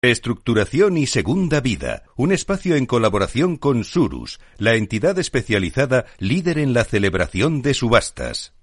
Reestructuración y Segunda Vida, un espacio en colaboración con Surus, la entidad especializada líder en la celebración de subastas.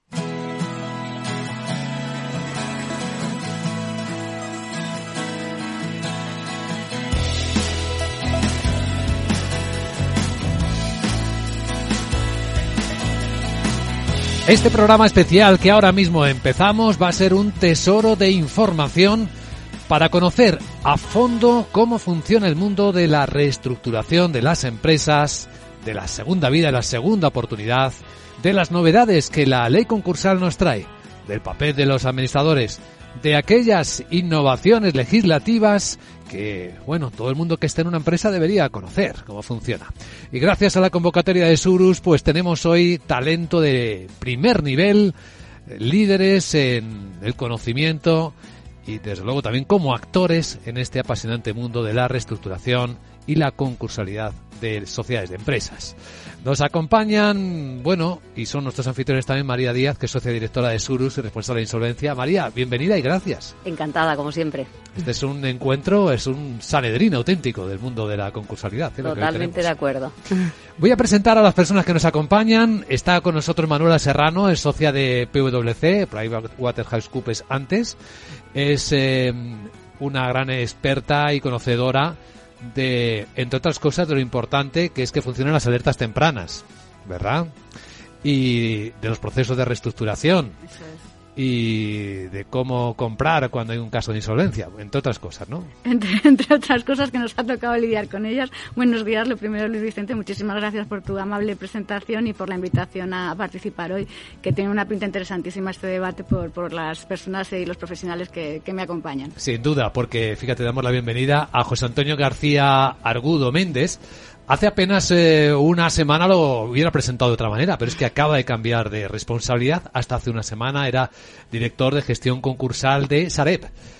Este programa especial que ahora mismo empezamos va a ser un tesoro de información para conocer a fondo cómo funciona el mundo de la reestructuración de las empresas, de la segunda vida, de la segunda oportunidad, de las novedades que la ley concursal nos trae, del papel de los administradores, de aquellas innovaciones legislativas que, bueno, todo el mundo que esté en una empresa debería conocer cómo funciona. Y gracias a la convocatoria de Surus, pues tenemos hoy talento de primer nivel, líderes en el conocimiento y desde luego también como actores en este apasionante mundo de la reestructuración y la concursalidad de sociedades de empresas. Nos acompañan, bueno, y son nuestros anfitriones también María Díaz, que es socia directora de Surus y responsable de insolvencia. María, bienvenida y gracias. Encantada, como siempre. Este es un encuentro, es un sanedrín auténtico del mundo de la concursalidad. Totalmente de acuerdo. Voy a presentar a las personas que nos acompañan. Está con nosotros Manuela Serrano, es socia de PwC, PricewaterhouseCoopers antes. Es una gran experta y conocedora de, entre otras cosas, de lo importante que es que funcionen las alertas tempranas, ¿verdad? Y de los procesos de reestructuración. Eso es. Y de cómo comprar cuando hay un caso de insolvencia, entre otras cosas, ¿no? Entre otras cosas que nos ha tocado lidiar con ellas. Buenos días, lo primero, Luis Vicente, muchísimas gracias por tu amable presentación y por la invitación a participar hoy, que tiene una pinta interesantísima este debate por las personas y los profesionales que me acompañan. Sin duda, porque fíjate, damos la bienvenida a José Antonio García Argudo Méndez. Hace apenas una semana lo hubiera presentado de otra manera, pero es que acaba de cambiar de responsabilidad. Hasta hace una semana era director de gestión concursal de Sareb,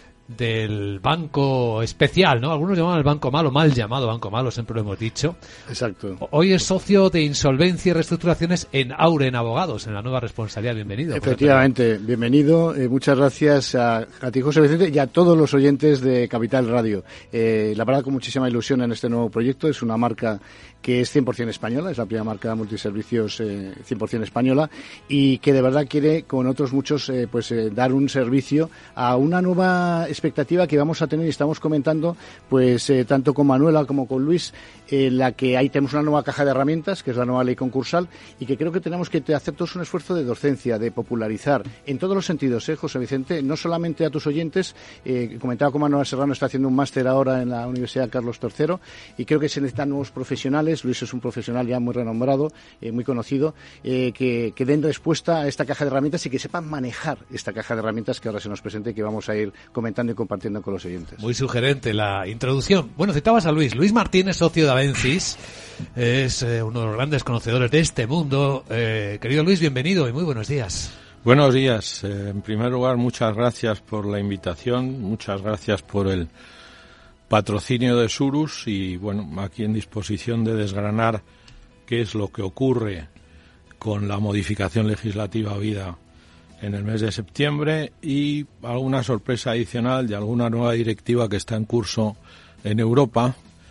del Banco Especial, ¿no? Algunos llaman el Banco Malo, mal llamado Banco Malo, siempre lo hemos dicho. Exacto. Hoy es socio de insolvencia y reestructuraciones en Auren Abogados, en la nueva responsabilidad. Bienvenido. Efectivamente, bienvenido. Muchas gracias a ti, José Vicente, y a todos los oyentes de Capital Radio. La verdad, con muchísima ilusión en este nuevo proyecto. Es una marca que es 100% española, es la primera marca de multiservicios 100% española y que de verdad quiere, con otros muchos, dar un servicio a una nueva expectativa que vamos a tener y estamos comentando, tanto con Manuela como con Luis, la que ahí tenemos una nueva caja de herramientas, que es la nueva ley concursal, y que creo que tenemos que hacer todos un esfuerzo de docencia, de popularizar, en todos los sentidos, José Vicente, no solamente a tus oyentes. Comentaba con Manuela Serrano, está haciendo un máster ahora en la Universidad Carlos III, y creo que se necesitan nuevos profesionales. Luis es un profesional ya muy renombrado, muy conocido, que den respuesta a esta caja de herramientas y que sepan manejar esta caja de herramientas que ahora se nos presenta y que vamos a ir comentando y compartiendo con los oyentes. Muy sugerente la introducción. Bueno, citabas a Luis Martínez, socio de Avensis, es uno de los grandes conocedores de este mundo. Querido Luis, bienvenido y muy buenos días. Buenos días. En primer lugar, muchas gracias por la invitación, muchas gracias por el patrocinio de Surus y, bueno, aquí en disposición de desgranar qué es lo que ocurre con la modificación legislativa habida en el mes de septiembre y alguna sorpresa adicional de alguna nueva directiva que está en curso en Europa.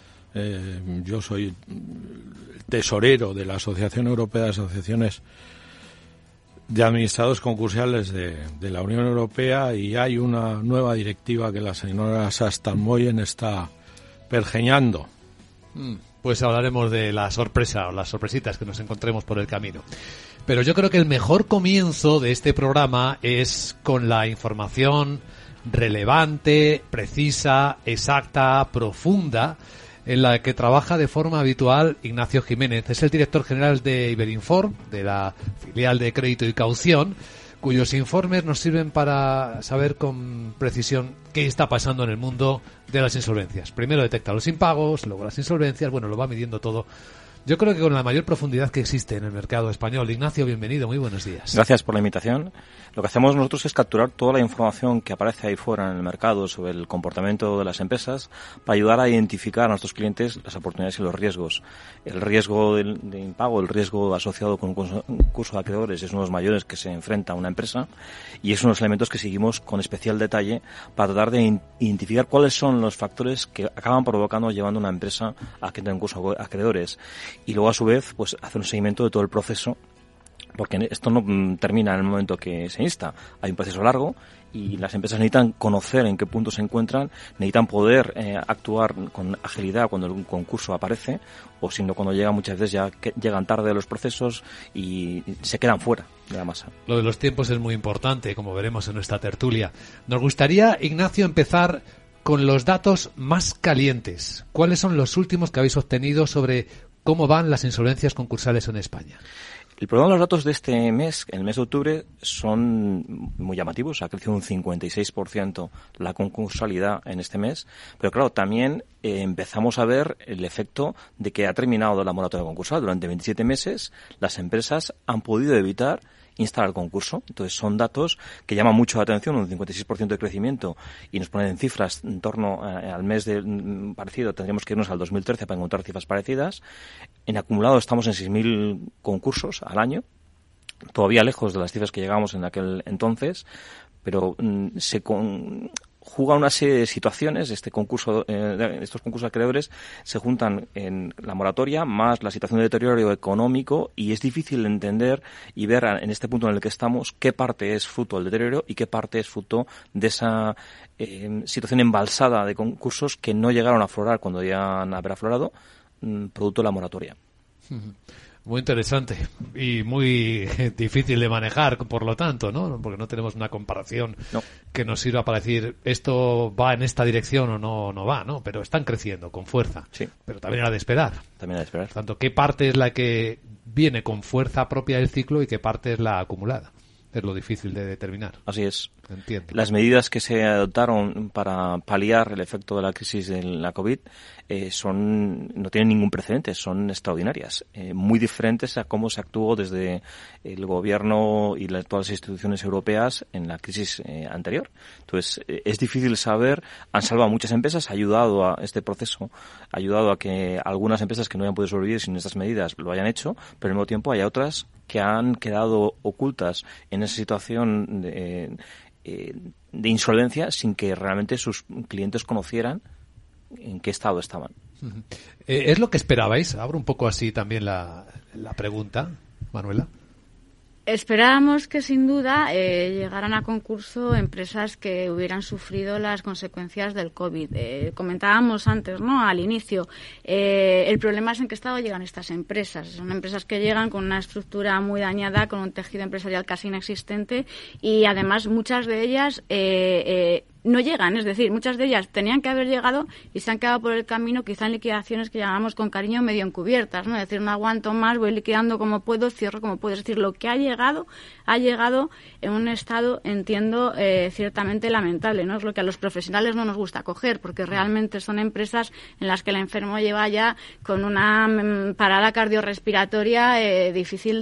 Yo soy tesorero de la Asociación Europea de Asociaciones de Administradores Concursales de la Unión Europea y hay una nueva directiva que la señora Stoltenberg está pergeñando. Pues hablaremos de la sorpresa o las sorpresitas que nos encontremos por el camino. Pero yo creo que el mejor comienzo de este programa es con la información relevante, precisa, exacta, profunda, en la que trabaja de forma habitual Ignacio Jiménez. Es el director general de Iberinform, de la filial de crédito y caución, cuyos informes nos sirven para saber con precisión qué está pasando en el mundo de las insolvencias. Primero detecta los impagos, luego las insolvencias, bueno, lo va midiendo todo Yo creo que con la mayor profundidad que existe en el mercado español. Ignacio, bienvenido, muy buenos días. Gracias por la invitación. Lo que hacemos nosotros es capturar toda la información que aparece ahí fuera en el mercado sobre el comportamiento de las empresas para ayudar a identificar a nuestros clientes las oportunidades y los riesgos. El riesgo de impago, el riesgo asociado con un concurso de acreedores es uno de los mayores que se enfrenta a una empresa y es uno de los elementos que seguimos con especial detalle para tratar de identificar cuáles son los factores que acaban provocando llevando a una empresa a que tenga un concurso de acreedores y luego a su vez pues hacer un seguimiento de todo el proceso, porque esto no termina en el momento que se insta. Hay un proceso largo y las empresas necesitan conocer en qué punto se encuentran, necesitan poder actuar con agilidad cuando un concurso aparece, o si no, cuando llega muchas veces ya llegan tarde los procesos y se quedan fuera de la masa. Lo de los tiempos es muy importante, como veremos en nuestra tertulia. Nos gustaría, Ignacio, empezar con los datos más calientes. ¿Cuáles son los últimos que habéis obtenido sobre cómo van las insolvencias concursales en España? El problema de los datos de este mes, el mes de octubre, son muy llamativos. Ha crecido un 56% la concursalidad en este mes. Pero claro, también empezamos a ver el efecto de que ha terminado la moratoria concursal. Durante 27 meses las empresas han podido evitar instalar el concurso. Entonces son datos que llaman mucho la atención, un 56% de crecimiento, y nos ponen en cifras en torno al mes parecido. Tendríamos que irnos al 2013 para encontrar cifras parecidas. En acumulado estamos en 6.000 concursos al año, todavía lejos de las cifras que llegábamos en aquel entonces, pero juega una serie de situaciones. Estos concursos de acreedores se juntan en la moratoria más la situación de deterioro económico, y es difícil entender y ver en este punto en el que estamos qué parte es fruto del deterioro y qué parte es fruto de esa situación embalsada de concursos que no llegaron a aflorar cuando debían haber aflorado, producto de la moratoria. Muy interesante y muy difícil de manejar, por lo tanto, ¿no? Porque no tenemos una comparación que nos sirva para decir esto va en esta dirección o no va, ¿no? Pero están creciendo con fuerza. Sí. Pero también era de esperar. También era de esperar. Tanto, ¿qué parte es la que viene con fuerza propia del ciclo y qué parte es la acumulada? Es lo difícil de determinar. Así es. Entiendo. Las medidas que se adoptaron para paliar el efecto de la crisis de la COVID no tienen ningún precedente, son extraordinarias, muy diferentes a cómo se actuó desde el gobierno y todas las instituciones europeas en la crisis anterior. Entonces, es difícil saber. Han salvado muchas empresas, ha ayudado a este proceso, ha ayudado a que algunas empresas que no hayan podido sobrevivir sin estas medidas lo hayan hecho, pero al mismo tiempo hay otras que han quedado ocultas en esa situación de insolvencia sin que realmente sus clientes conocieran en qué estado estaban. ¿Es lo que esperabais? Abro un poco así también la pregunta, Manuela. Esperábamos que sin duda llegaran a concurso empresas que hubieran sufrido las consecuencias del COVID. Comentábamos antes, ¿no? Al inicio, el problema es en qué estado llegan estas empresas. Son empresas que llegan con una estructura muy dañada, con un tejido empresarial casi inexistente, y además muchas de ellas no llegan, es decir, muchas de ellas tenían que haber llegado y se han quedado por el camino, quizá en liquidaciones que llamamos con cariño medio encubiertas, ¿no? Es decir, no aguanto más, voy liquidando como puedo, cierro como puedo. Es decir, lo que ha llegado en un estado, entiendo, ciertamente lamentable, ¿no? Es lo que a los profesionales no nos gusta coger, porque realmente son empresas en las que el enfermo lleva ya con una parada cardiorrespiratoria difícil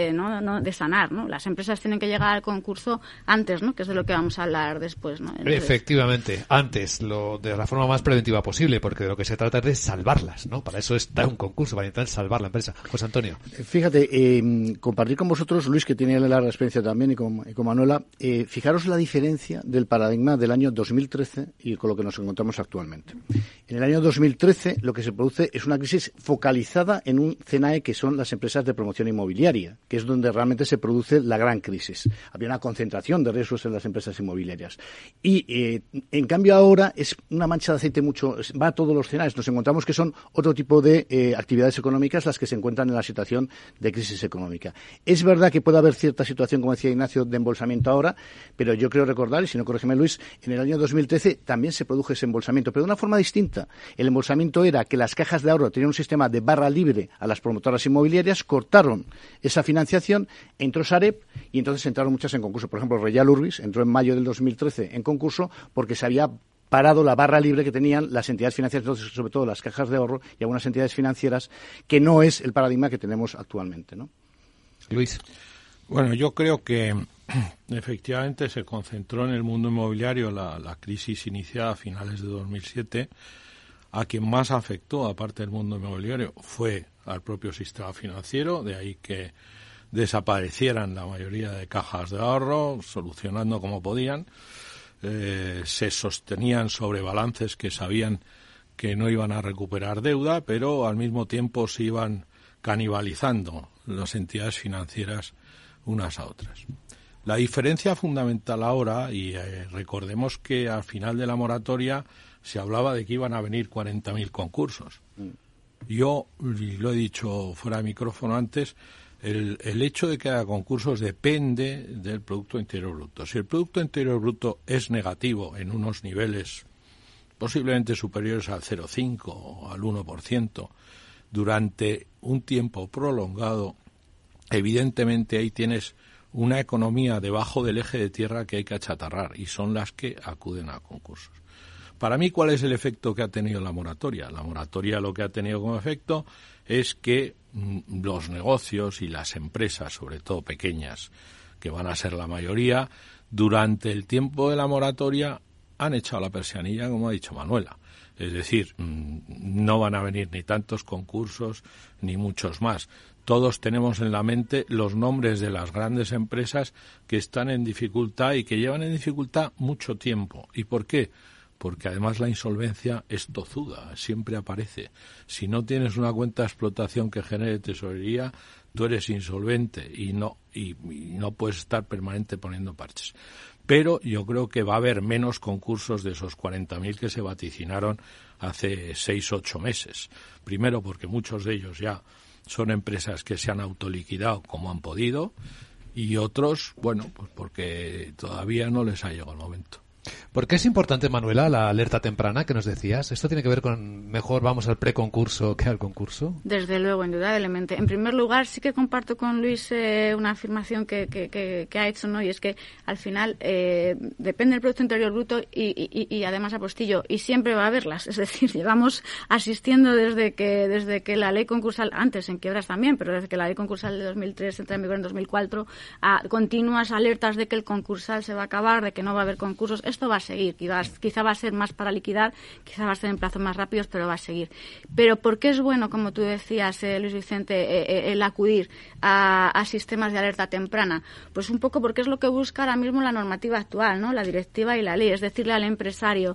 de sanar, ¿no? Las empresas tienen que llegar al concurso antes, ¿no? Que es de lo que vamos a hablar después, ¿no? Entonces, efectivamente, antes, de la forma más preventiva posible, porque de lo que se trata es de salvarlas, ¿no? Para eso está un concurso, para intentar salvar la empresa. José Antonio. Fíjate, compartir con vosotros, Luis, que tiene larga experiencia también, y con Manuela, fijaros la diferencia del paradigma del año 2013 y con lo que nos encontramos actualmente. En el año 2013 lo que se produce es una crisis focalizada en un CNAE que son las empresas de promoción inmobiliaria, que es donde realmente se produce la gran crisis. Había una concentración de riesgos en las empresas inmobiliarias. Y en cambio ahora es una mancha de aceite va a todos los CNAEs. Nos encontramos que son otro tipo de actividades económicas las que se encuentran en la situación de crisis económica. Es verdad que puede haber cierta situación, como decía Ignacio, de embolsamiento ahora, pero yo creo recordar, y si no corrígeme Luis, en el año 2013 también se produjo ese embolsamiento, pero de una forma distinta. El embolsamiento era que las cajas de ahorro tenían un sistema de barra libre a las promotoras inmobiliarias, cortaron esa financiación, entró Sareb y entonces entraron muchas en concurso. Por ejemplo, Royal Urbis entró en mayo del 2013 en concurso porque se había parado la barra libre que tenían las entidades financieras, sobre todo las cajas de ahorro y algunas entidades financieras, que no es el paradigma que tenemos actualmente, ¿no? Luis. Bueno, yo creo que efectivamente se concentró en el mundo inmobiliario la crisis iniciada a finales de 2007. A quien más afectó, aparte del mundo inmobiliario, fue al propio sistema financiero, de ahí que desaparecieran la mayoría de cajas de ahorro, solucionando como podían. Se sostenían sobre balances que sabían que no iban a recuperar deuda, pero al mismo tiempo se iban canibalizando las entidades financieras unas a otras. La diferencia fundamental ahora, y recordemos que al final de la moratoria se hablaba de que iban a venir 40.000 concursos. Yo, y lo he dicho fuera de micrófono antes, el hecho de que haya concursos depende del Producto Interior Bruto. Si el Producto Interior Bruto es negativo en unos niveles posiblemente superiores al 0,5 o al 1% durante un tiempo prolongado, evidentemente ahí tienes una economía debajo del eje de tierra que hay que achatarrar, y son las que acuden a concursos. Para mí, ¿cuál es el efecto que ha tenido la moratoria? La moratoria lo que ha tenido como efecto es que los negocios y las empresas, sobre todo pequeñas, que van a ser la mayoría, durante el tiempo de la moratoria han echado la persianilla, como ha dicho Manuela. Es decir, no van a venir ni tantos concursos ni muchos más. Todos tenemos en la mente los nombres de las grandes empresas que están en dificultad y que llevan en dificultad mucho tiempo. ¿Y por qué? Porque además la insolvencia es tozuda, siempre aparece. Si no tienes una cuenta de explotación que genere tesorería, tú eres insolvente y no puedes estar permanente poniendo parches. Pero yo creo que va a haber menos concursos de esos 40.000 que se vaticinaron hace 6-8 meses. Primero porque muchos de ellos ya son empresas que se han autoliquidado como han podido, y otros, bueno, pues porque todavía no les ha llegado el momento. ¿Por qué es importante, Manuela, la alerta temprana que nos decías? ¿Esto tiene que ver con mejor vamos al preconcurso que al concurso? Desde luego, indudablemente. En primer lugar, sí que comparto con Luis una afirmación que ha hecho, ¿no? Y es que al final depende del Producto Interior Bruto y además apostillo, y siempre va a haberlas. Es decir, llevamos asistiendo desde que la ley concursal, antes en quiebras también, pero desde que la ley concursal de 2003 entra en vigor en 2004, a continuas alertas de que el concursal se va a acabar, de que no va a haber concursos. Esto va a seguir, quizá va a ser más para liquidar, quizá va a ser en plazos más rápidos, pero va a seguir. Pero ¿por qué es bueno, como tú decías, Luis Vicente, el acudir a sistemas de alerta temprana? Pues un poco porque es lo que busca ahora mismo la normativa actual, ¿no? La directiva y la ley, es decirle al empresario,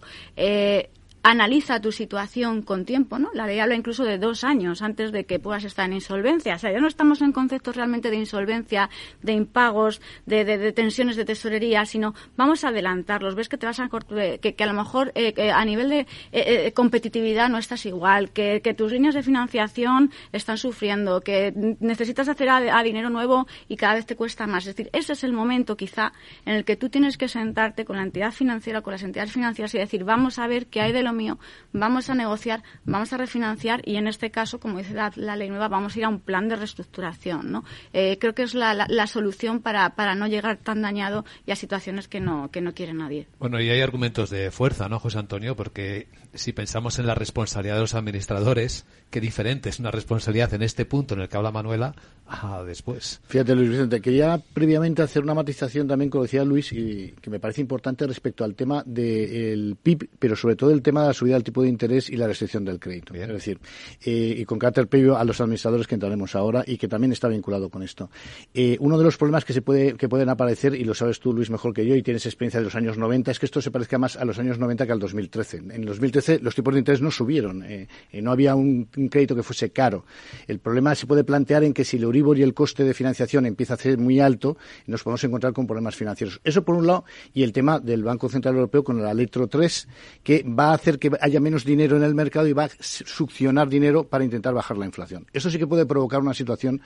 analiza tu situación con tiempo, ¿no? La ley habla incluso de 2 años antes de que puedas estar en insolvencia. O sea, ya no estamos en conceptos realmente de insolvencia, de impagos, de tensiones de tesorería, sino vamos a adelantarlos. Ves que te vas a que a lo mejor a nivel de competitividad no estás igual, que tus líneas de financiación están sufriendo, que necesitas hacer a dinero nuevo y cada vez te cuesta más. Es decir, ese es el momento quizá en el que tú tienes que sentarte con la entidad financiera, con las entidades financieras y decir, vamos a ver qué hay de lo mío, vamos a negociar, vamos a refinanciar y en este caso, como dice la ley nueva, vamos a ir a un plan de reestructuración, ¿no? Creo que es la solución para no llegar tan dañado y a situaciones que no quiere nadie. Bueno, y hay argumentos de fuerza, ¿no, José Antonio? Porque si pensamos en la responsabilidad de los administradores, qué diferente es una responsabilidad en este punto en el que habla Manuela a después. Fíjate, Luis Vicente, quería previamente hacer una matización también, como decía Luis, y que me parece importante respecto al tema del PIB, pero sobre todo el tema de la subida del tipo de interés y la restricción del crédito. Bien. Es decir, y con carácter previo a los administradores que entraremos ahora y que también está vinculado con esto. Uno de los problemas que pueden aparecer, y lo sabes tú, Luis, mejor que yo, y tienes experiencia de los años 90, es que esto se parezca más a los años 90 que al 2013. En el 2013 los tipos de interés no subieron, no había un crédito que fuese caro. El problema se puede plantear en que si el Euribor y el coste de financiación empieza a ser muy alto, nos podemos encontrar con problemas financieros. Eso por un lado, y el tema del Banco Central Europeo con la Letro 3, que va a hacer que haya menos dinero en el mercado y va a succionar dinero para intentar bajar la inflación. Eso sí que puede provocar una situación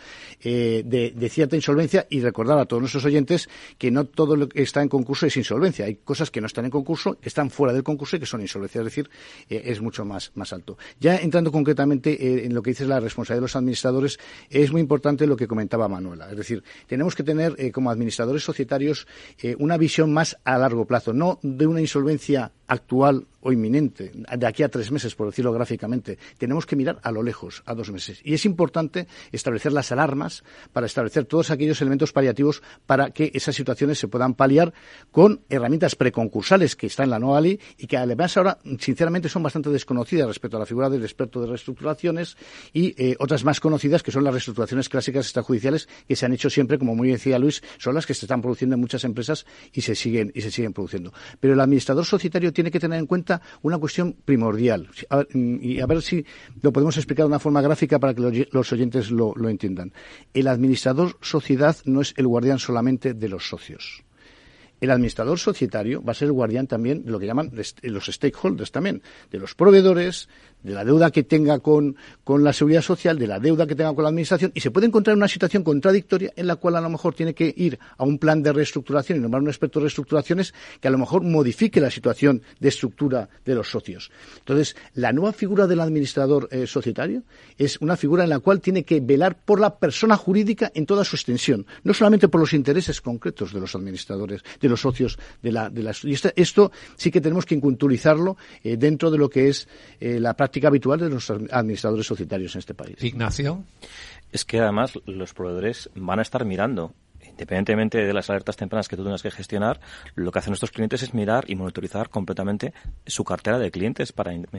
de cierta insolvencia, y recordar a todos nuestros oyentes que no todo lo que está en concurso es insolvencia. Hay cosas que no están en concurso, que están fuera del concurso y que son insolvencia. Es decir, es mucho más alto. Ya entrando concretamente en lo que dices, la responsabilidad de los administradores, es muy importante lo que comentaba Manuela. Es decir, tenemos que tener como administradores societarios una visión más a largo plazo, no de una insolvencia actual o inminente, de aquí a 3 meses, por decirlo gráficamente, tenemos que mirar a lo lejos, a 2 meses. Y es importante establecer las alarmas para establecer todos aquellos elementos paliativos para que esas situaciones se puedan paliar con herramientas preconcursales que están en la nueva ley y que además ahora, sinceramente, son bastante desconocidas respecto a la figura del experto de reestructuraciones y otras más conocidas que son las reestructuraciones clásicas extrajudiciales que se han hecho siempre, como muy decía Luis, son las que se están produciendo en muchas empresas y se siguen produciendo. Pero el administrador societario tiene que tener en cuenta una cuestión primordial. Y a ver si lo podemos explicar de una forma gráfica para que los oyentes lo entiendan. El administrador sociedad no es el guardián solamente de los socios. El administrador societario va a ser el guardián también de lo que llaman los stakeholders también, de los proveedores, de la deuda que tenga con la seguridad social, de la deuda que tenga con la administración, y se puede encontrar en una situación contradictoria en la cual a lo mejor tiene que ir a un plan de reestructuración y nombrar un experto de reestructuraciones que a lo mejor modifique la situación de estructura de los socios. Entonces, la nueva figura del administrador societario es una figura en la cual tiene que velar por la persona jurídica en toda su extensión, no solamente por los intereses concretos de los administradores, de los socios y esto sí que tenemos que inculturizarlo dentro de lo que es la práctica habitual de los administradores societarios en este país. Ignacio. Es que además los proveedores van a estar mirando, independientemente de las alertas tempranas que tú tengas que gestionar, lo que hacen nuestros clientes es mirar y monitorizar completamente su cartera de clientes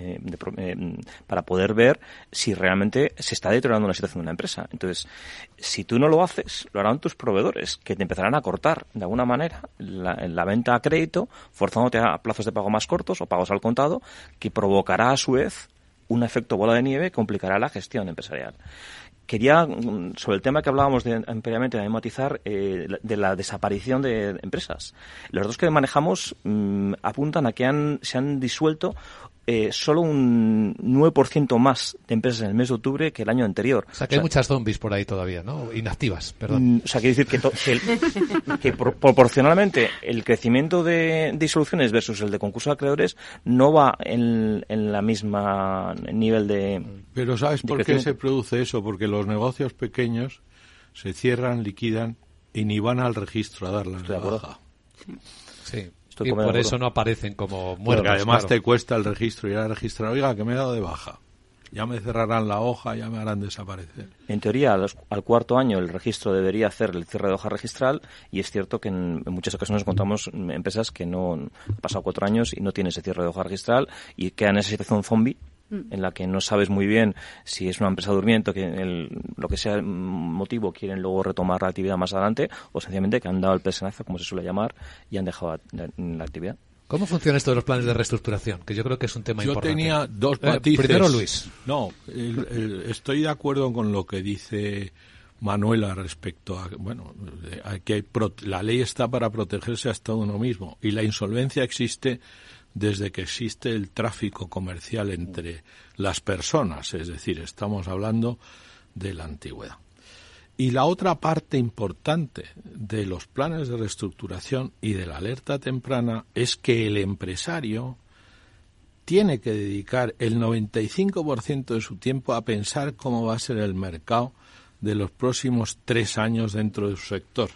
para poder ver si realmente se está deteriorando una situación de una empresa. Entonces, si tú no lo haces, lo harán tus proveedores, que te empezarán a cortar de alguna manera la venta a crédito, forzándote a plazos de pago más cortos o pagos al contado, que provocará a su vez un efecto bola de nieve que complicará la gestión empresarial. Quería, sobre el tema que hablábamos previamente, de matizar de la desaparición de empresas. Los datos que manejamos apuntan a que se han disuelto solo un 9% más de empresas en el mes de octubre que el año anterior. O sea, que hay muchas zombies por ahí todavía, ¿no? Inactivas, perdón. O sea, quiere decir que proporcionalmente el crecimiento de disoluciones versus el de concurso de acreedores no va en la misma nivel de... Pero ¿sabes por qué se produce eso? Porque los negocios pequeños se cierran, liquidan y ni van al registro a darlas de baja. Sí. Y por eso no aparecen como muertos. Porque además te cuesta el registro ir a registrar. Oiga, que me he dado de baja. Ya me cerrarán la hoja, ya me harán desaparecer. En teoría, al cuarto año el registro debería hacer el cierre de hoja registral y es cierto que en muchas ocasiones encontramos empresas que no han pasado 4 años y no tienen ese cierre de hoja registral y quedan en esa situación zombie en la que no sabes muy bien si es una empresa durmiente, que lo que sea el motivo quieren luego retomar la actividad más adelante o sencillamente que han dado el pesenazo, como se suele llamar, y han dejado la actividad. ¿Cómo funciona esto de los planes de reestructuración? Que yo creo que es un tema importante. Yo tenía 2 matices. Primero, Luis. No, estoy de acuerdo con lo que dice Manuela respecto a, que la ley está para protegerse hasta uno mismo y la insolvencia existe desde que existe el tráfico comercial entre las personas, es decir, estamos hablando de la antigüedad. Y la otra parte importante de los planes de reestructuración y de la alerta temprana es que el empresario tiene que dedicar el 95% de su tiempo a pensar cómo va a ser el mercado de los próximos 3 años dentro de su sector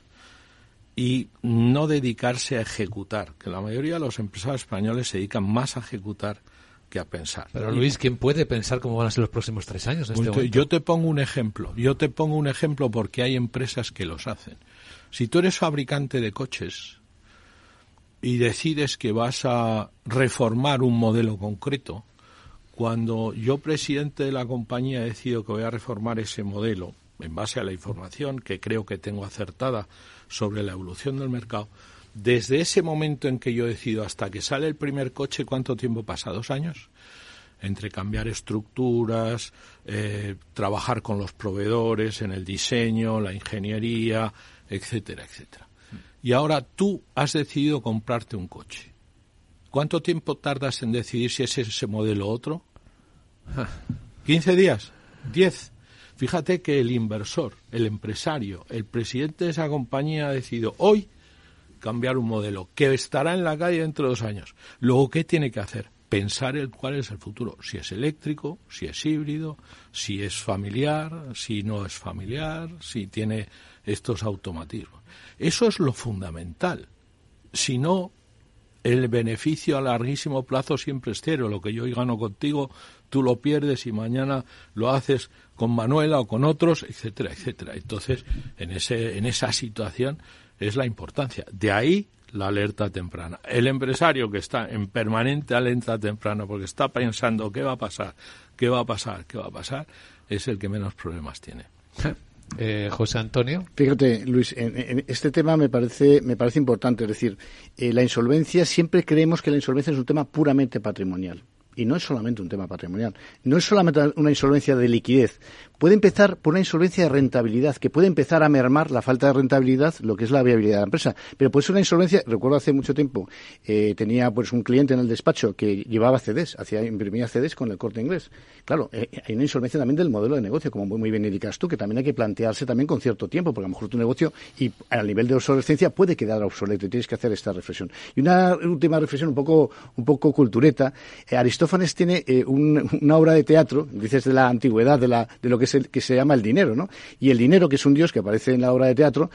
y no dedicarse a ejecutar, que la mayoría de los empresarios españoles se dedican más a ejecutar que a pensar. Pero Luis, ¿quién puede pensar cómo van a ser los próximos 3 años en este momento? Yo te pongo un ejemplo porque hay empresas que los hacen. Si tú eres fabricante de coches y decides que vas a reformar un modelo concreto, cuando yo, presidente de la compañía, decido que voy a reformar ese modelo en base a la información que creo que tengo acertada sobre la evolución del mercado, desde ese momento en que yo decido hasta que sale el primer coche, ¿cuánto tiempo pasa? 2 años. Entre cambiar estructuras, trabajar con los proveedores en el diseño, la ingeniería, etcétera, etcétera. Y ahora tú has decidido comprarte un coche. ¿Cuánto tiempo tardas en decidir si es ese modelo o otro? 15 días, 10. Fíjate que el inversor, el empresario, el presidente de esa compañía ha decidido hoy cambiar un modelo que estará en la calle dentro de 2 años. Luego, ¿qué tiene que hacer? Pensar cuál es el futuro. Si es eléctrico, si es híbrido, si es familiar, si no es familiar, si tiene estos automatismos. Eso es lo fundamental. Si no, el beneficio a larguísimo plazo siempre es cero. Lo que yo hoy gano contigo, tú lo pierdes y mañana lo haces con Manuela o con otros, etcétera, etcétera. Entonces, en esa situación es la importancia. De ahí la alerta temprana. El empresario que está en permanente alerta temprana porque está pensando qué va a pasar, es el que menos problemas tiene. José Antonio. Fíjate, Luis, en este tema me parece importante. Es decir, la insolvencia, siempre creemos que la insolvencia es un tema puramente patrimonial. Y no es solamente un tema patrimonial. No es solamente una insolvencia de liquidez. Puede empezar por una insolvencia de rentabilidad, que puede empezar a mermar la falta de rentabilidad, lo que es la viabilidad de la empresa. Pero puede ser una insolvencia, recuerdo hace mucho tiempo, tenía pues un cliente en el despacho que llevaba CDs, imprimía CDs con el Corte Inglés. Claro, hay una insolvencia también del modelo de negocio, como muy bien indicas tú, que también hay que plantearse también con cierto tiempo, porque a lo mejor tu negocio, y al nivel de obsolescencia, puede quedar obsoleto y tienes que hacer esta reflexión. Y una última reflexión un poco cultureta. Aristófanes tiene una obra de teatro, dices de la antigüedad, de lo que se llama el dinero, ¿no? Y el dinero, que es un dios que aparece en la obra de teatro,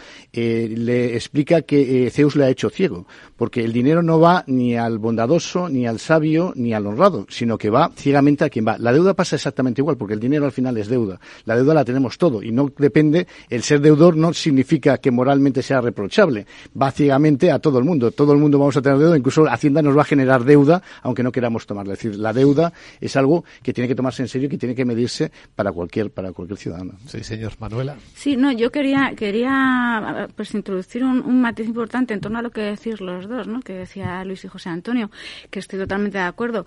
le explica que Zeus le ha hecho ciego, porque el dinero no va ni al bondadoso, ni al sabio, ni al honrado, sino que va ciegamente a quien va. La deuda pasa exactamente igual, porque el dinero al final es deuda. La deuda la tenemos todo, y no depende, el ser deudor no significa que moralmente sea reprochable, va ciegamente a todo el mundo. Todo el mundo vamos a tener deuda, incluso Hacienda nos va a generar deuda, aunque no queramos tomarla. Es decir, la deuda es algo que tiene que tomarse en serio y que tiene que medirse para cualquier ciudadano. Sí, señor. Manuela. Sí, no, yo quería pues introducir un matiz importante en torno a lo que decís los dos, ¿no? Que decía Luis y José Antonio, que estoy totalmente de acuerdo.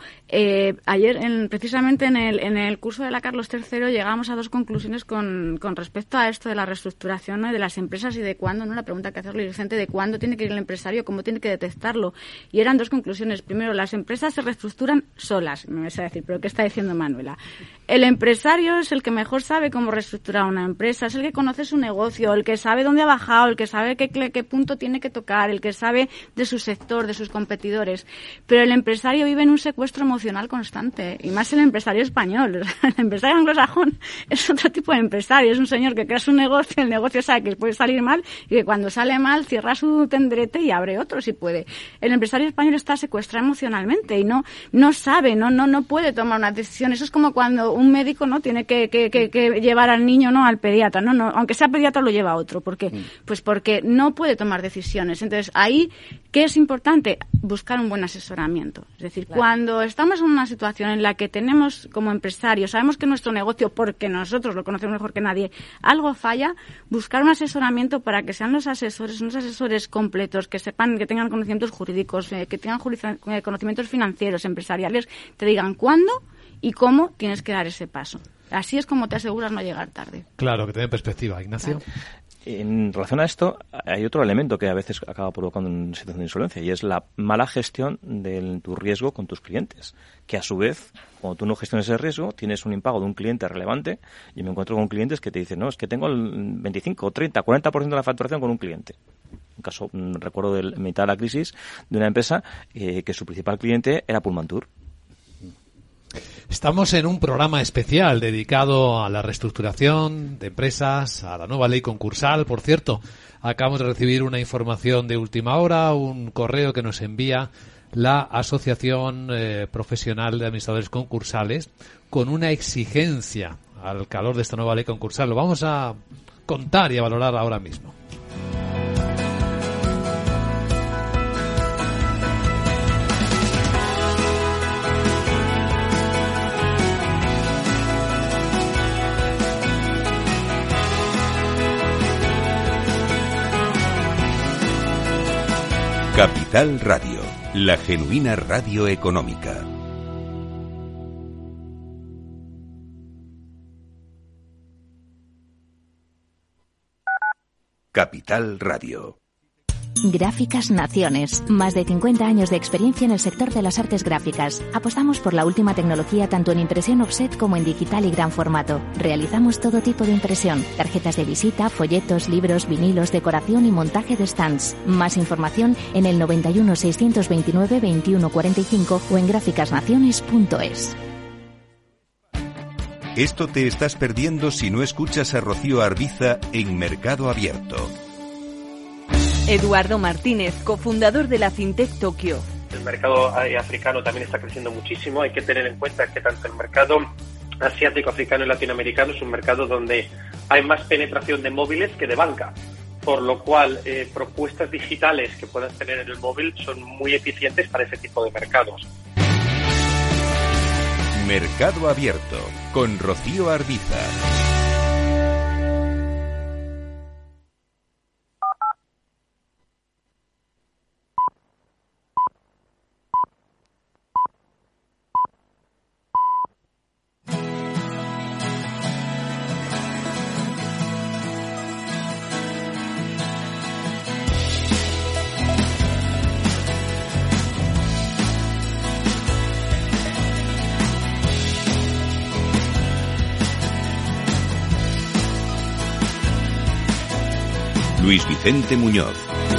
Ayer, precisamente en el curso de la Carlos III, llegamos a dos conclusiones con respecto a esto de la reestructuración, ¿no? De las empresas y de cuándo, ¿no? La pregunta que hace Luis Vicente, de cuándo tiene que ir el empresario, cómo tiene que detectarlo. Y eran dos conclusiones. Primero, las empresas se reestructuran solas. Me vas a decir, ¿pero qué está diciendo Manuela? El empresario es el que mejor sabe cómo reestructurar una empresa, es el que conoce su negocio, el que sabe dónde ha bajado, el que sabe qué punto tiene que tocar, el que sabe de su sector, de sus competidores. Pero el empresario vive en un secuestro emocional constante, y más el empresario español. El empresario anglosajón es otro tipo de empresario, es un señor que crea su negocio, el negocio sabe que puede salir mal y que cuando sale mal cierra su tendrete y abre otro si puede. El empresario español está secuestrado emocionalmente y no sabe, no puede tomar una decisión. Eso es como cuando un médico no tiene que llevar al niño al pediatra, no, aunque sea pediatra lo lleva a otro. ¿Por qué? Pues porque no puede tomar decisiones. Entonces, ahí, ¿qué es importante? Buscar un buen asesoramiento. Es decir, claro, cuando estamos en una situación en la que tenemos como empresarios, sabemos que nuestro negocio, porque nosotros lo conocemos mejor que nadie, algo falla, buscar un asesoramiento para que sean unos asesores completos, que sepan, que tengan conocimientos jurídicos, que tengan conocimientos financieros, empresariales, te digan cuándo y cómo tienes que dar ese paso. Así es como te aseguras no llegar tarde. Claro, que tiene perspectiva. Ignacio. Claro. En relación a esto, hay otro elemento que a veces acaba provocando una situación de insolvencia, y es la mala gestión de tu riesgo con tus clientes, que a su vez, cuando tú no gestiones ese riesgo, tienes un impago de un cliente relevante. Y me encuentro con clientes que te dicen, no, es que tengo el 25, 30, 40% de la facturación con un cliente. Un caso, recuerdo de mitad de la crisis, de una empresa que su principal cliente era Pullmantur. Estamos en un programa especial dedicado a la reestructuración de empresas, a la nueva ley concursal. Por cierto, acabamos de recibir una información de última hora, un correo que nos envía la Asociación Profesional de Administradores Concursales con una exigencia al calor de esta nueva ley concursal. Lo vamos a contar y a valorar ahora mismo. Capital Radio, la genuina radio económica. Capital Radio. Gráficas Naciones. Más de 50 años de experiencia en el sector de las artes gráficas. Apostamos por la última tecnología tanto en impresión offset como en digital y gran formato. Realizamos todo tipo de impresión. Tarjetas de visita, folletos, libros, vinilos, decoración y montaje de stands. Más información en el 91 629 2145 o en gráficasnaciones.es. Esto te estás perdiendo si no escuchas a Rocío Arbiza en Mercado Abierto. Eduardo Martínez, cofundador de la FinTech Tokio, El mercado africano también está creciendo muchísimo. Hay que tener en cuenta que tanto el mercado asiático, africano y latinoamericano es un mercado donde hay más penetración de móviles que de banca, por lo cual propuestas digitales que puedas tener en el móvil son muy eficientes para ese tipo de mercados. Mercado Abierto con Rocío Arbiza. Luis Vicente Muñoz.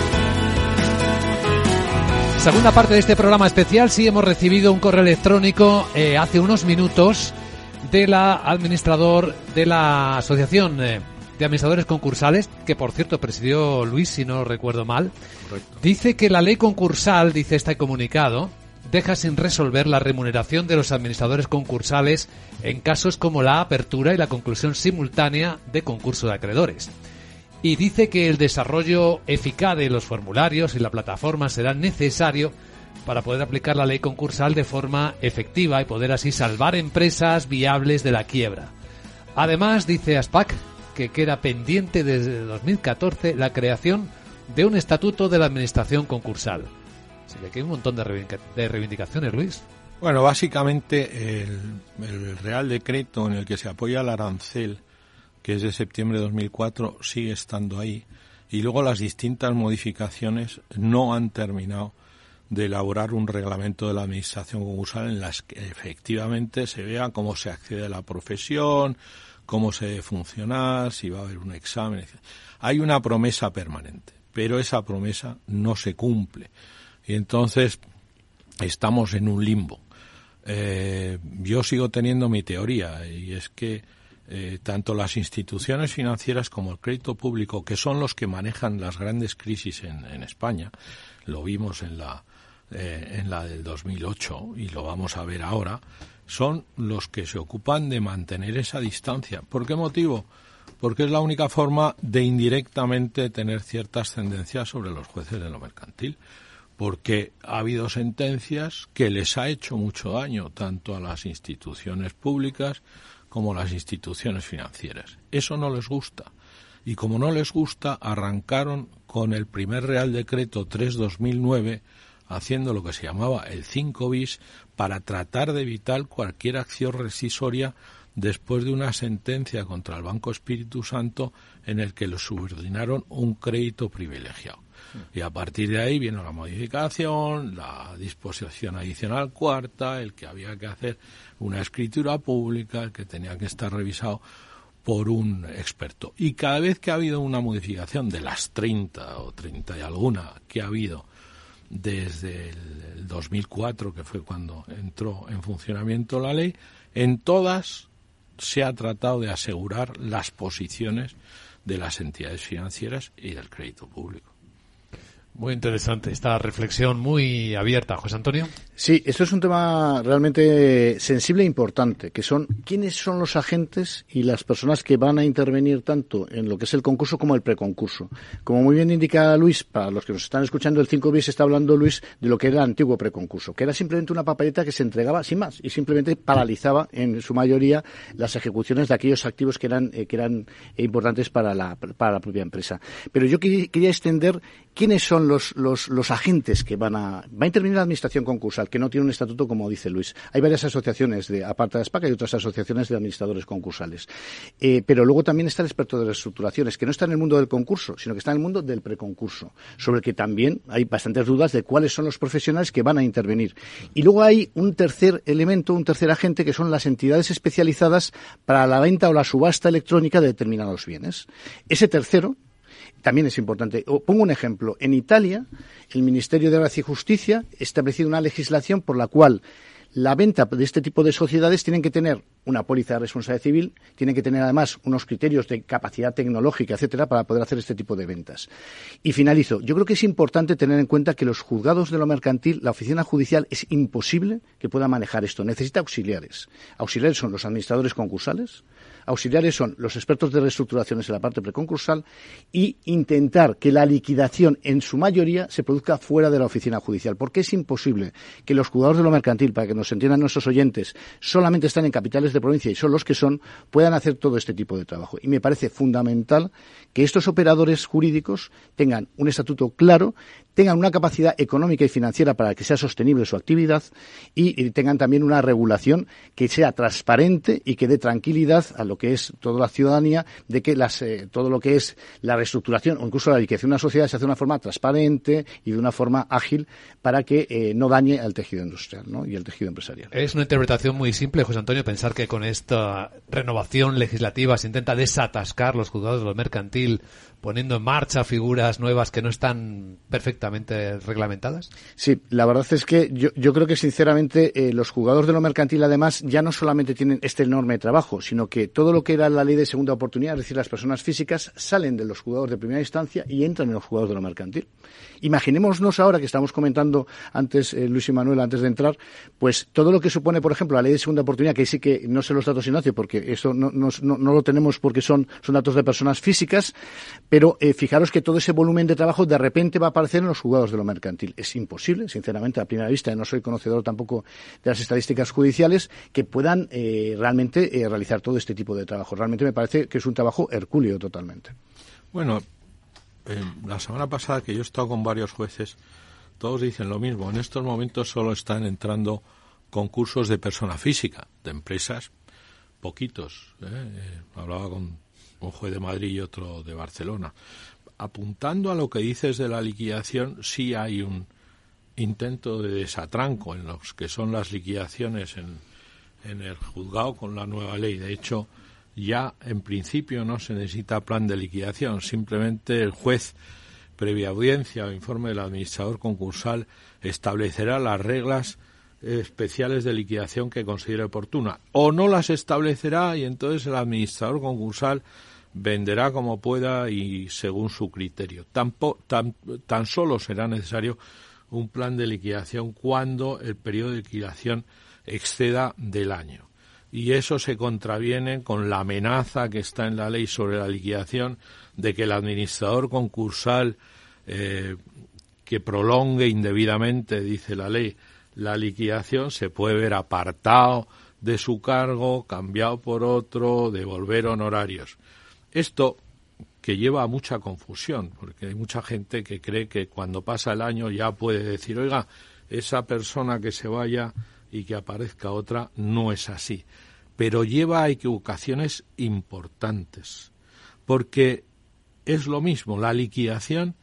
Segunda parte de este programa especial. Sí, hemos recibido un correo electrónico hace unos minutos de la administrador de la Asociación de Administradores Concursales, que por cierto presidió Luis, si no recuerdo mal. Correcto. Dice que la ley concursal, dice este comunicado, deja sin resolver la remuneración de los administradores concursales en casos como la apertura y la conclusión simultánea de concurso de acreedores. Y dice que el desarrollo eficaz de los formularios y la plataforma será necesario para poder aplicar la ley concursal de forma efectiva y poder así salvar empresas viables de la quiebra. Además, dice ASPAC que queda pendiente desde 2014 la creación de un estatuto de la administración concursal. Así que aquí hay un montón de reivindicaciones, Luis. Bueno, básicamente el Real Decreto en el que se apoya el arancel, que es de septiembre de 2004, sigue estando ahí. Y luego las distintas modificaciones no han terminado de elaborar un reglamento de la administración concursal en las que efectivamente se vea cómo se accede a la profesión, cómo se debe funcionar, si va a haber un examen, etc. Hay una promesa permanente, pero esa promesa no se cumple. Y entonces estamos en un limbo. Yo sigo teniendo mi teoría, y es que tanto las instituciones financieras como el crédito público, que son los que manejan las grandes crisis en España, lo vimos en la del 2008 y lo vamos a ver ahora, son los que se ocupan de mantener esa distancia. ¿Por qué motivo? Porque es la única forma de indirectamente tener ciertas tendencias sobre los jueces de lo mercantil, porque ha habido sentencias que les ha hecho mucho daño tanto a las instituciones públicas como las instituciones financieras. Eso no les gusta. Y como no les gusta, arrancaron con el primer Real Decreto 3/2009, haciendo lo que se llamaba el 5 bis, para tratar de evitar cualquier acción rescisoria después de una sentencia contra el Banco Espíritu Santo en el que lo subordinaron un crédito privilegiado. Y a partir de ahí vino la modificación, la disposición adicional cuarta, el que había que hacer una escritura pública, el que tenía que estar revisado por un experto. Y cada vez que ha habido una modificación de las 30 o 30 y alguna que ha habido desde el 2004, que fue cuando entró en funcionamiento la ley, en todas se ha tratado de asegurar las posiciones de las entidades financieras y del crédito público. Muy interesante esta reflexión, muy abierta. José Antonio. Sí, esto es un tema realmente sensible e importante, que son quiénes son los agentes y las personas que van a intervenir tanto en lo que es el concurso como el preconcurso. Como muy bien indica Luis, para los que nos están escuchando, el 5 bis está hablando Luis de lo que era el antiguo preconcurso, que era simplemente una papeleta que se entregaba sin más y simplemente paralizaba en su mayoría las ejecuciones de aquellos activos que eran importantes para la propia empresa. Pero yo quería extender quiénes son los agentes que va a intervenir la administración concursal, que no tiene un estatuto, como dice Luis. Hay varias asociaciones, aparte de ASPAC, hay otras asociaciones de administradores concursales. Pero luego también está el experto de reestructuraciones, que no está en el mundo del concurso, sino que está en el mundo del preconcurso, sobre el que también hay bastantes dudas de cuáles son los profesionales que van a intervenir. Y luego hay un tercer elemento, un tercer agente, que son las entidades especializadas para la venta o la subasta electrónica de determinados bienes. Ese tercero también es importante. Pongo un ejemplo. En Italia, el Ministerio de Gracia y Justicia ha establecido una legislación por la cual la venta de este tipo de sociedades tienen que tener una póliza de responsabilidad civil, tienen que tener además unos criterios de capacidad tecnológica, etcétera, para poder hacer este tipo de ventas. Y finalizo. Yo creo que es importante tener en cuenta que los juzgados de lo mercantil, la oficina judicial, es imposible que pueda manejar esto. Necesita auxiliares. Auxiliares son los administradores concursales, auxiliares son los expertos de reestructuraciones en la parte preconcursal y intentar que la liquidación en su mayoría se produzca fuera de la oficina judicial, porque es imposible que los juzgados de lo mercantil, para que nos entiendan nuestros oyentes, solamente están en capitales de provincia y son los que son, puedan hacer todo este tipo de trabajo. Y me parece fundamental que estos operadores jurídicos tengan un estatuto claro, tengan una capacidad económica y financiera para que sea sostenible su actividad y tengan también una regulación que sea transparente y que dé tranquilidad a lo que es toda la ciudadanía de que todo lo que es la reestructuración o incluso la liquidación de una sociedad se hace de una forma transparente y de una forma ágil para que no dañe al tejido industrial, ¿no? Y al tejido empresarial. Es una interpretación muy simple, José Antonio, pensar que con esta renovación legislativa se intenta desatascar los juzgados de lo mercantil poniendo en marcha figuras nuevas que no están perfectamente reglamentadas. Sí, la verdad es que yo creo que sinceramente los juzgados de lo mercantil además ya no solamente tienen este enorme trabajo, sino que todo lo que era la ley de segunda oportunidad, es decir, las personas físicas salen de los juzgados de primera instancia y entran en los juzgados de lo mercantil. Imaginémonos ahora que estamos comentando antes, Luis y Manuel, antes de entrar, pues todo lo que supone, por ejemplo, la ley de segunda oportunidad, que ahí sí que no sé los datos, Ignacio, porque eso no lo tenemos porque son datos de personas físicas, pero fijaros que todo ese volumen de trabajo de repente va a aparecer en los juzgados de lo mercantil. Es imposible, sinceramente, a primera vista, no soy conocedor tampoco de las estadísticas judiciales, que puedan realmente realizar todo este tipo de trabajo. Realmente me parece que es un trabajo hercúleo totalmente. Bueno, la semana pasada que yo he estado con varios jueces, todos dicen lo mismo. En estos momentos solo están entrando concursos de persona física, de empresas, poquitos. Hablaba con un juez de Madrid y otro de Barcelona. Apuntando a lo que dices de la liquidación, sí hay un intento de desatranco en los que son las liquidaciones en el juzgado con la nueva ley. De hecho, ya en principio no se necesita plan de liquidación, simplemente el juez, previa audiencia o informe del administrador concursal, establecerá las reglas especiales de liquidación que considere oportuna, o no las establecerá y entonces el administrador concursal venderá como pueda y según su criterio. Tan solo será necesario un plan de liquidación cuando el periodo de liquidación exceda del año. Y eso se contraviene con la amenaza que está en la ley sobre la liquidación de que el administrador concursal que prolongue indebidamente, dice la ley, la liquidación se puede ver apartado de su cargo, cambiado por otro, devolver honorarios. Esto que lleva a mucha confusión, porque hay mucha gente que cree que cuando pasa el año ya puede decir, oiga, esa persona que se vaya y que aparezca otra, no es así. Pero lleva a equivocaciones importantes, porque es lo mismo, la liquidación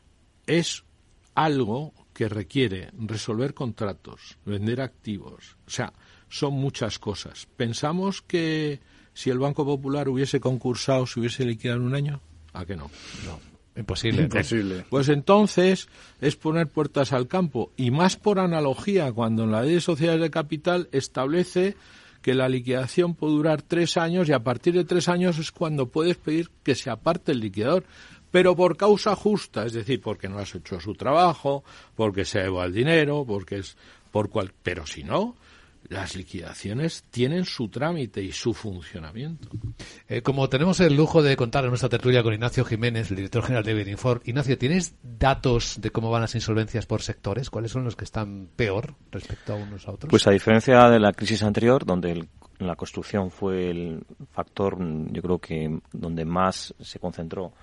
es algo que requiere resolver contratos, vender activos, o sea, son muchas cosas. ¿Pensamos que si el Banco Popular hubiese concursado, se hubiese liquidado en un año? ¿A qué no? No, imposible. Imposible. Pues entonces es poner puertas al campo, y más por analogía, cuando en la ley de sociedades de capital establece que la liquidación puede durar 3 años y a partir de 3 años es cuando puedes pedir que se aparte el liquidador, pero por causa justa, es decir, porque no has hecho su trabajo, porque se ha llevado el dinero, pero si no, las liquidaciones tienen su trámite y su funcionamiento. Como tenemos el lujo de contar en nuestra tertulia con Ignacio Jiménez, el director general de Birinfor, Ignacio, ¿tienes datos de cómo van las insolvencias por sectores? ¿Cuáles son los que están peor respecto a unos a otros? Pues a diferencia de la crisis anterior, donde la construcción fue el factor, yo creo que donde más se concentró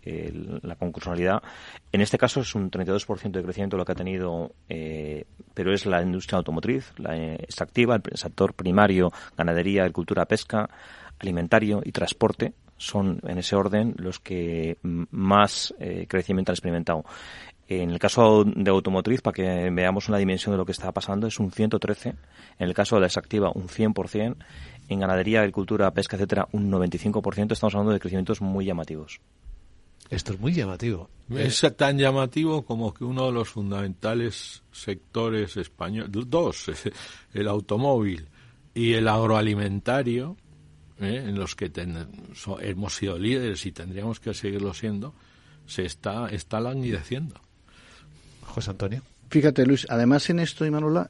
la concursalidad. En este caso es un 32% de crecimiento lo que ha tenido, pero es la industria automotriz, la extractiva, el sector primario, ganadería, agricultura, pesca, alimentario y transporte. Son, en ese orden, los que más crecimiento han experimentado. En el caso de automotriz, para que veamos una dimensión de lo que está pasando, es un 113%. En el caso de la extractiva, un 100%. En ganadería, agricultura, pesca, etcétera, un 95%. Estamos hablando de crecimientos muy llamativos. Esto es muy llamativo. Es tan llamativo como que uno de los fundamentales sectores españoles, el automóvil y el agroalimentario, en los que hemos sido líderes y tendríamos que seguirlo siendo, está languideciendo. José Antonio. Fíjate, Luis, además en esto, Imanol,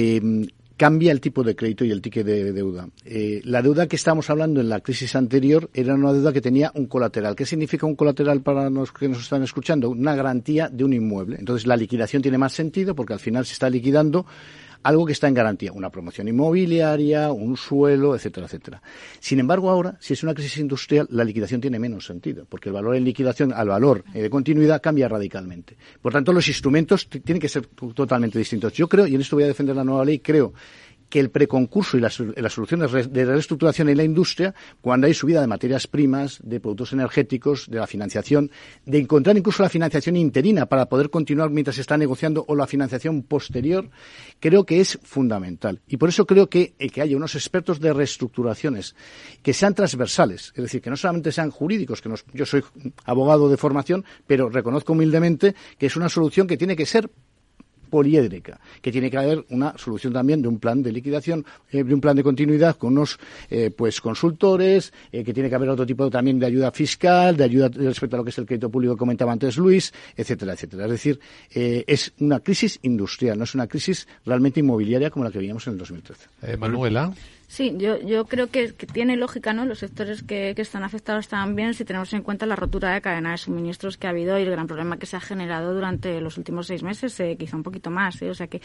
cambia el tipo de crédito y el ticket de deuda. La deuda que estábamos hablando en la crisis anterior era una deuda que tenía un colateral. ¿Qué significa un colateral para los que nos están escuchando? Una garantía de un inmueble. Entonces la liquidación tiene más sentido porque al final se está liquidando algo que está en garantía, una promoción inmobiliaria, un suelo, etcétera, etcétera. Sin embargo, ahora, si es una crisis industrial, la liquidación tiene menos sentido, porque el valor en liquidación al valor de continuidad cambia radicalmente. Por tanto, los instrumentos tienen que ser totalmente distintos. Yo creo, y en esto voy a defender la nueva ley, creo que el preconcurso y las soluciones de reestructuración en la industria, cuando hay subida de materias primas, de productos energéticos, de la financiación, de encontrar incluso la financiación interina para poder continuar mientras se está negociando o la financiación posterior, creo que es fundamental. Y por eso creo que haya unos expertos de reestructuraciones que sean transversales, es decir, que no solamente sean jurídicos, yo soy abogado de formación, pero reconozco humildemente que es una solución que tiene que ser poliédrica, que tiene que haber una solución también de un plan de liquidación, de un plan de continuidad con unos consultores, que tiene que haber otro tipo también de ayuda fiscal, de ayuda respecto a lo que es el crédito público que comentaba antes Luis, etcétera, etcétera. Es decir, es una crisis industrial, no es una crisis realmente inmobiliaria como la que veíamos en el 2013. Manuela. Sí, yo creo que tiene lógica, ¿no? Los sectores que están afectados también, si tenemos en cuenta la rotura de cadena de suministros que ha habido y el gran problema que se ha generado durante los últimos 6 meses, quizá un poquito más, o sea que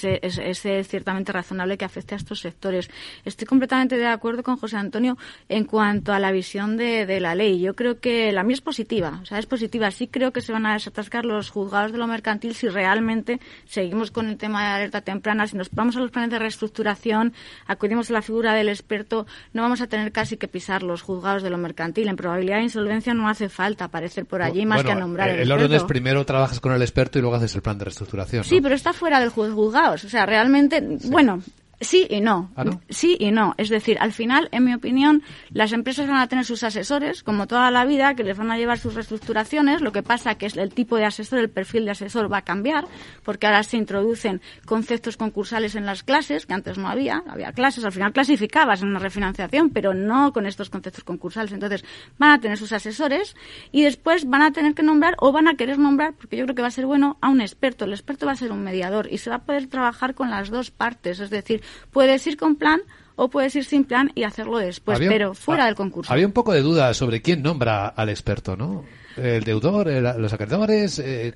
es ciertamente razonable que afecte a estos sectores. Estoy completamente de acuerdo con José Antonio en cuanto a la visión de la ley. Yo creo que la mía es positiva, o sea, es positiva. Sí creo que se van a desatascar los juzgados de lo mercantil si realmente seguimos con el tema de la alerta temprana, si nos vamos a los planes de reestructuración, acudimos a la figura del experto, no vamos a tener casi que pisar los juzgados de lo mercantil. En probabilidad de insolvencia no hace falta aparecer por allí más que a nombrar el experto. El orden es primero trabajas con el experto y luego haces el plan de reestructuración, ¿no? Sí, pero está fuera del juzgados. O sea, realmente, sí. Bueno, sí y no. ¿Ah, no? Sí y no. Es decir, al final, en mi opinión, las empresas van a tener sus asesores, como toda la vida, que les van a llevar sus reestructuraciones. Lo que pasa que es el tipo de asesor, el perfil de asesor va a cambiar, porque ahora se introducen conceptos concursales en las clases, que antes no había. Había clases, al final clasificabas en una refinanciación, pero no con estos conceptos concursales. Entonces, van a tener sus asesores y después van a tener que nombrar, o van a querer nombrar, porque yo creo que va a ser bueno, a un experto. El experto va a ser un mediador y se va a poder trabajar con las dos partes. Es decir, puedes ir con plan o puedes ir sin plan y hacerlo después, pero fuera del concurso. Había un poco de duda sobre quién nombra al experto, ¿no? El deudor, los acreedores,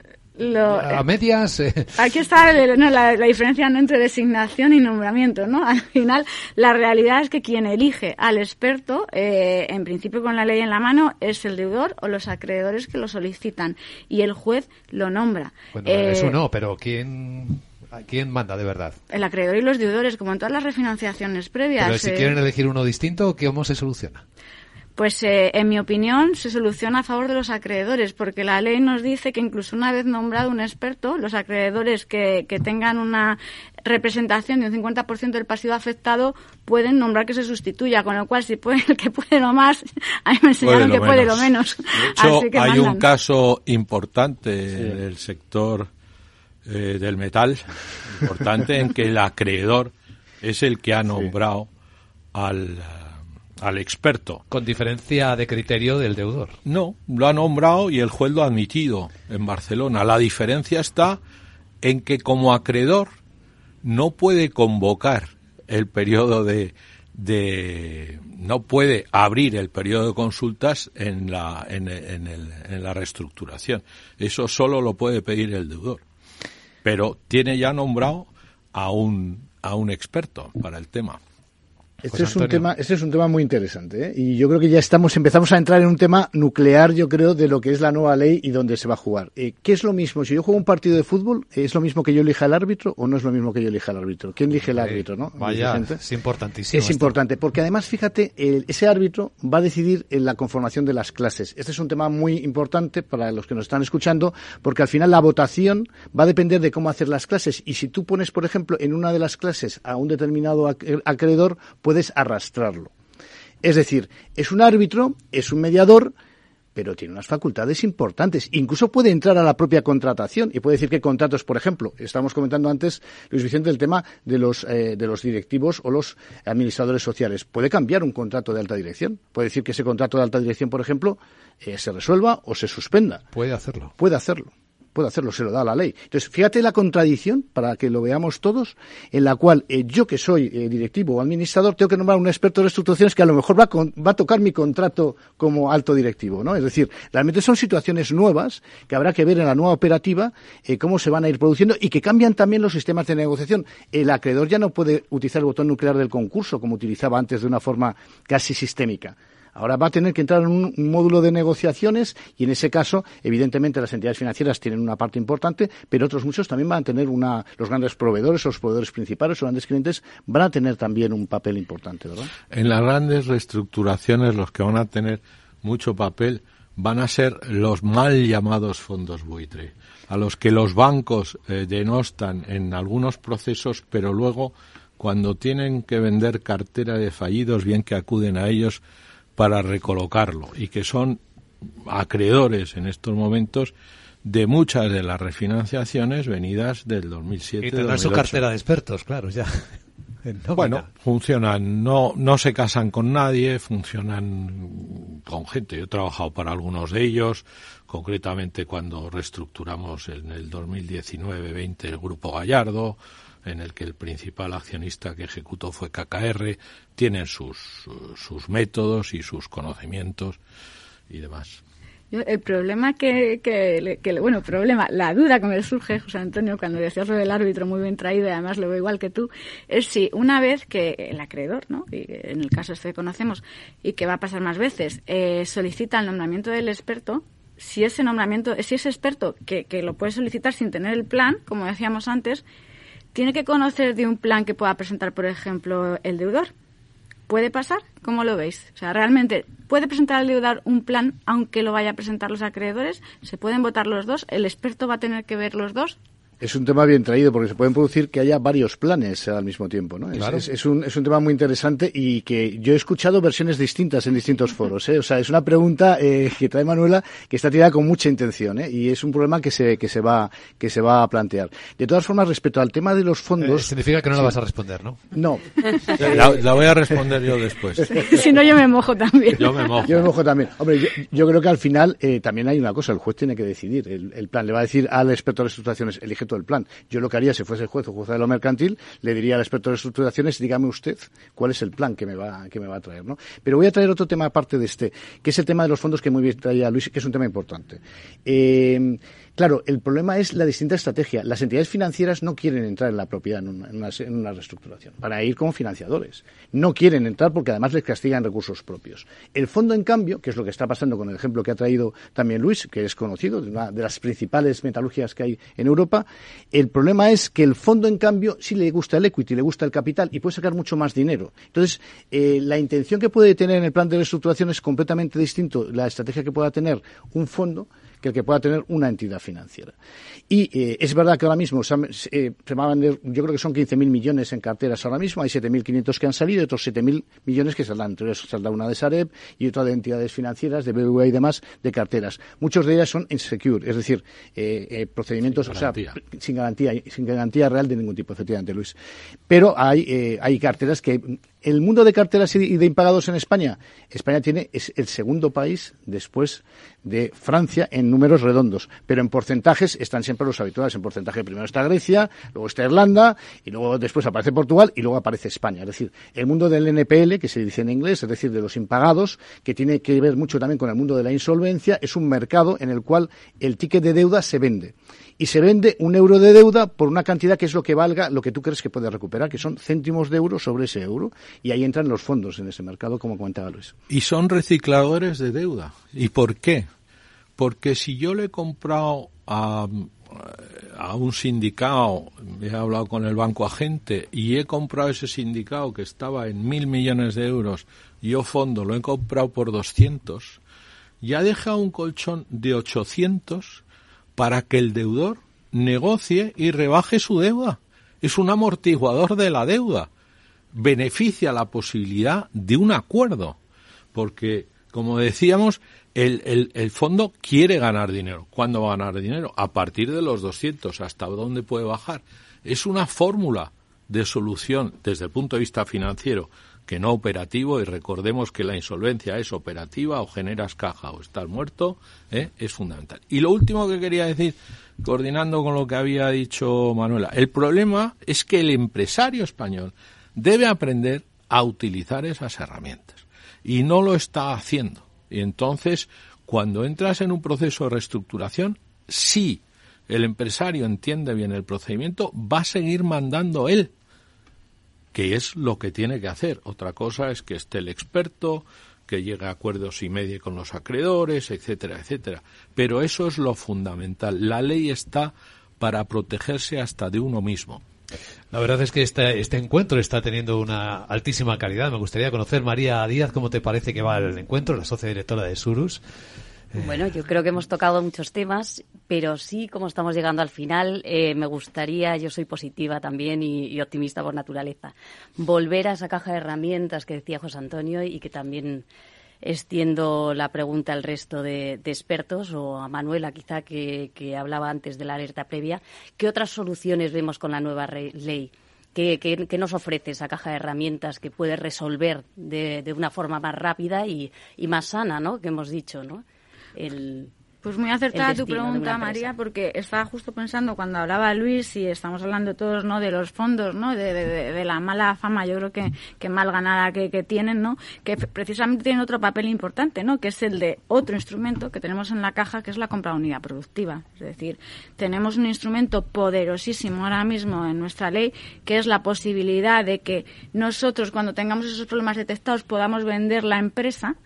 a medias. Aquí está la diferencia entre designación y nombramiento, ¿no? Al final, la realidad es que quien elige al experto, en principio con la ley en la mano, es el deudor o los acreedores que lo solicitan y el juez lo nombra. Bueno, eso no, pero ¿quién manda de verdad? El acreedor y los deudores, como en todas las refinanciaciones previas. Pero si quieren elegir uno distinto, ¿cómo se soluciona? Pues en mi opinión se soluciona a favor de los acreedores, porque la ley nos dice que incluso una vez nombrado un experto, los acreedores que tengan una representación de un 50% del pasivo afectado pueden nombrar que se sustituya, con lo cual si puede el que puede lo más, a mí me enseñaron que puede lo menos. De hecho, así que hay mandan. Un caso importante del sector del metal, importante, en que el acreedor es el que ha nombrado al experto. Con diferencia de criterio del deudor. No, lo ha nombrado y el juez lo ha admitido en Barcelona. La diferencia está en que como acreedor no puede convocar el periodo no puede abrir el periodo de consultas en la reestructuración. Eso solo lo puede pedir el deudor. Pero tiene ya nombrado a un experto para el tema. Este es un tema muy interesante, ¿eh? Y yo creo que ya empezamos a entrar en un tema nuclear, yo creo, de lo que es la nueva ley y dónde se va a jugar. ¿Qué es lo mismo? Si yo juego un partido de fútbol, ¿es lo mismo que yo elija al árbitro o no es lo mismo que yo elija al árbitro? ¿Quién elige el árbitro, no? Vaya, es importantísimo. Es importante, porque además, fíjate, ese árbitro va a decidir en la conformación de las clases. Este es un tema muy importante para los que nos están escuchando, porque al final la votación va a depender de cómo hacer las clases. Y si tú pones, por ejemplo, en una de las clases a un determinado acreedor, puedes arrastrarlo. Es decir, es un árbitro, es un mediador, pero tiene unas facultades importantes. Incluso puede entrar a la propia contratación y puede decir qué contratos, por ejemplo, estábamos comentando antes, Luis Vicente, el tema de los directivos o los administradores sociales. Puede cambiar un contrato de alta dirección. Puede decir que ese contrato de alta dirección, por ejemplo, se resuelva o se suspenda. Puede hacerlo. Puede hacerlo, se lo da la ley. Entonces, fíjate la contradicción, para que lo veamos todos, en la cual yo, que soy directivo o administrador, tengo que nombrar un experto de reestructuraciones que a lo mejor va a tocar mi contrato como alto directivo, ¿no? Es decir, realmente son situaciones nuevas que habrá que ver en la nueva operativa cómo se van a ir produciendo y que cambian también los sistemas de negociación. El acreedor ya no puede utilizar el botón nuclear del concurso como utilizaba antes de una forma casi sistémica. Ahora va a tener que entrar en un módulo de negociaciones y en ese caso, evidentemente, las entidades financieras tienen una parte importante, pero otros muchos también van a tener los grandes proveedores, los proveedores principales, los grandes clientes, van a tener también un papel importante, ¿verdad? En las grandes reestructuraciones los que van a tener mucho papel van a ser los mal llamados fondos buitre, a los que los bancos denostan en algunos procesos, pero luego cuando tienen que vender cartera de fallidos, bien que acuden a ellos para recolocarlo, y que son acreedores en estos momentos de muchas de las refinanciaciones venidas del 2007. Y tendrán su cartera de expertos, claro, ya. Bueno, funcionan, no se casan con nadie, funcionan con gente. Yo he trabajado para algunos de ellos, concretamente cuando reestructuramos en el 2019-20 el Grupo Gallardo, en el que el principal accionista que ejecutó fue KKR, tienen sus métodos y sus conocimientos y demás. El problema la duda que me surge, José Antonio, cuando decías lo del árbitro, muy bien traído, y además lo veo igual que tú, es si una vez que el acreedor, ¿no?, y en el caso este que conocemos, y que va a pasar más veces, solicita el nombramiento del experto, si ese experto que lo puede solicitar sin tener el plan, como decíamos antes, ¿tiene que conocer de un plan que pueda presentar, por ejemplo, el deudor? ¿Puede pasar? ¿Cómo lo veis? O sea, ¿realmente puede presentar el deudor un plan aunque lo vaya a presentar los acreedores? ¿Se pueden votar los dos? ¿El experto va a tener que ver los dos? Es un tema bien traído porque se pueden producir que haya varios planes al mismo tiempo, ¿no? Claro. Es un tema muy interesante y que yo he escuchado versiones distintas en distintos foros, ¿eh? O sea, es una pregunta que trae Manuela que está tirada con mucha intención, ¿eh? Y es un problema que se va a plantear. De todas formas, respecto al tema de los fondos... significa que no la vas a responder, ¿no? No. La voy a responder yo después. Si no, yo me mojo también. Yo me mojo también. Hombre, yo creo que al final también hay una cosa, el juez tiene que decidir el plan. Le va a decir al experto de reestructuraciones, elige todo el plan. Yo lo que haría si fuese juez o jueza de lo mercantil, le diría al experto de reestructuraciones, dígame usted cuál es el plan que me va a traer, ¿no? Pero voy a traer otro tema aparte de este, que es el tema de los fondos que muy bien traía Luis, que es un tema importante. Claro, el problema es la distinta estrategia. Las entidades financieras no quieren entrar en la propiedad en una reestructuración, para ir como financiadores. No quieren entrar porque además les castigan recursos propios. El fondo, en cambio, que es lo que está pasando con el ejemplo que ha traído también Luis, que es conocido, de una de las principales metalurgias que hay en Europa, el problema es que el fondo, en cambio, sí le gusta el equity, le gusta el capital y puede sacar mucho más dinero. Entonces, la intención que puede tener en el plan de reestructuración es completamente distinto la estrategia que pueda tener un fondo que el que pueda tener una entidad financiera. Y es verdad que ahora mismo se va a vender, yo creo que son 15.000 millones en carteras ahora mismo, hay 7.500 que han salido y otros 7.000 millones que saldrán. Entre ellos saldrá una de Sareb y otra de entidades financieras, de BBVA y demás, de carteras. Muchos de ellas son insecure, es decir, procedimientos sin garantía real de ningún tipo, efectivamente, Luis. Pero hay carteras que... El mundo de carteras y de impagados en España es el segundo país después de Francia en números redondos, pero en porcentajes están siempre los habituales. En porcentaje primero está Grecia, luego está Irlanda, y luego después aparece Portugal y luego aparece España. Es decir, el mundo del NPL, que se dice en inglés, es decir, de los impagados, que tiene que ver mucho también con el mundo de la insolvencia, es un mercado en el cual el ticket de deuda se vende. Y se vende €1 de deuda por una cantidad que es lo que valga lo que tú crees que puedes recuperar, que son céntimos de euro sobre ese euro. Y ahí entran los fondos en ese mercado, como comentaba Luis. Y son recicladores de deuda. ¿Y por qué? Porque si yo le he comprado a un sindicado, he hablado con el banco agente y he comprado ese sindicado que estaba en 1.000 millones de euros, yo fondo lo he comprado por 200, ya deja un colchón de 800 para que el deudor negocie y rebaje su deuda. Es un amortiguador de la deuda. Beneficia la posibilidad de un acuerdo. Porque, como decíamos, El fondo quiere ganar dinero. ¿Cuándo va a ganar dinero? A partir de los 200. ¿Hasta dónde puede bajar? Es una fórmula de solución desde el punto de vista financiero que no operativo, y recordemos que la insolvencia es operativa, o generas caja o estás muerto, es fundamental. Y lo último que quería decir, coordinando con lo que había dicho Manuela, el problema es que el empresario español debe aprender a utilizar esas herramientas y no lo está haciendo. Y entonces, cuando entras en un proceso de reestructuración, si el empresario entiende bien el procedimiento, va a seguir mandando él, que es lo que tiene que hacer. Otra cosa es que esté el experto, que llegue a acuerdos y medie con los acreedores, etcétera, etcétera. Pero eso es lo fundamental. La ley está para protegerse hasta de uno mismo. La verdad es que este encuentro está teniendo una altísima calidad. Me gustaría conocer, María Díaz, cómo te parece que va el encuentro, la socia directora de Surus. Bueno, yo creo que hemos tocado muchos temas, pero sí, como estamos llegando al final, me gustaría, yo soy positiva también y optimista por naturaleza, volver a esa caja de herramientas que decía José Antonio, y que también extiendo la pregunta al resto de expertos, o a Manuela quizá, que hablaba antes de la alerta previa. ¿Qué otras soluciones vemos con la nueva ley? ¿Qué nos ofrece esa caja de herramientas que puede resolver de una forma más rápida y más sana, ¿no? Que hemos dicho, ¿no? Pues muy acertada tu pregunta, María, porque estaba justo pensando cuando hablaba Luis, y estamos hablando todos, ¿no?, de los fondos, ¿no?, de la mala fama, yo creo que mal ganada que tienen, ¿no?, que precisamente tienen otro papel importante, ¿no?, que es el de otro instrumento que tenemos en la caja, que es la compra de unidad productiva. Es decir, tenemos un instrumento poderosísimo ahora mismo en nuestra ley, que es la posibilidad de que nosotros, cuando tengamos esos problemas detectados, podamos vender la empresa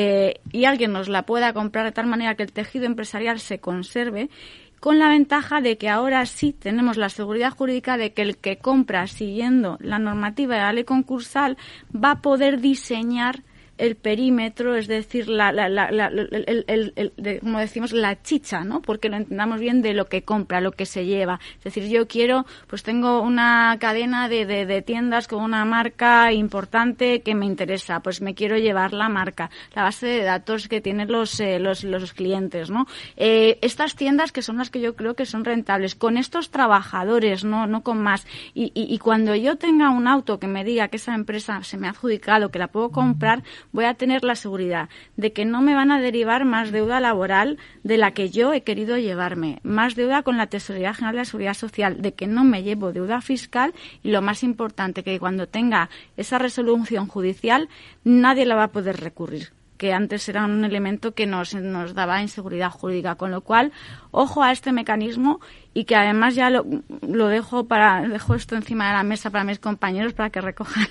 y alguien nos la pueda comprar, de tal manera que el tejido empresarial se conserve, con la ventaja de que ahora sí tenemos la seguridad jurídica de que el que compra siguiendo la normativa de la ley concursal va a poder diseñar el perímetro, es decir, como decimos, la chicha, ¿no? Porque lo entendamos bien de lo que compra, lo que se lleva. Es decir, yo tengo una cadena de tiendas con una marca importante que me interesa, pues me quiero llevar la marca, la base de datos que tienen los clientes, ¿no? Estas tiendas, que son las que yo creo que son rentables, con estos trabajadores, no con más. Y cuando yo tenga un auto que me diga que esa empresa se me ha adjudicado, que la puedo comprar, voy a tener la seguridad de que no me van a derivar más deuda laboral de la que yo he querido llevarme, más deuda con la Tesorería General de la Seguridad Social, de que no me llevo deuda fiscal, y lo más importante, que cuando tenga esa resolución judicial nadie la va a poder recurrir, que antes era un elemento que nos daba inseguridad jurídica. Con lo cual, ojo a este mecanismo, y que además ya lo dejo esto encima de la mesa para mis compañeros para que recojan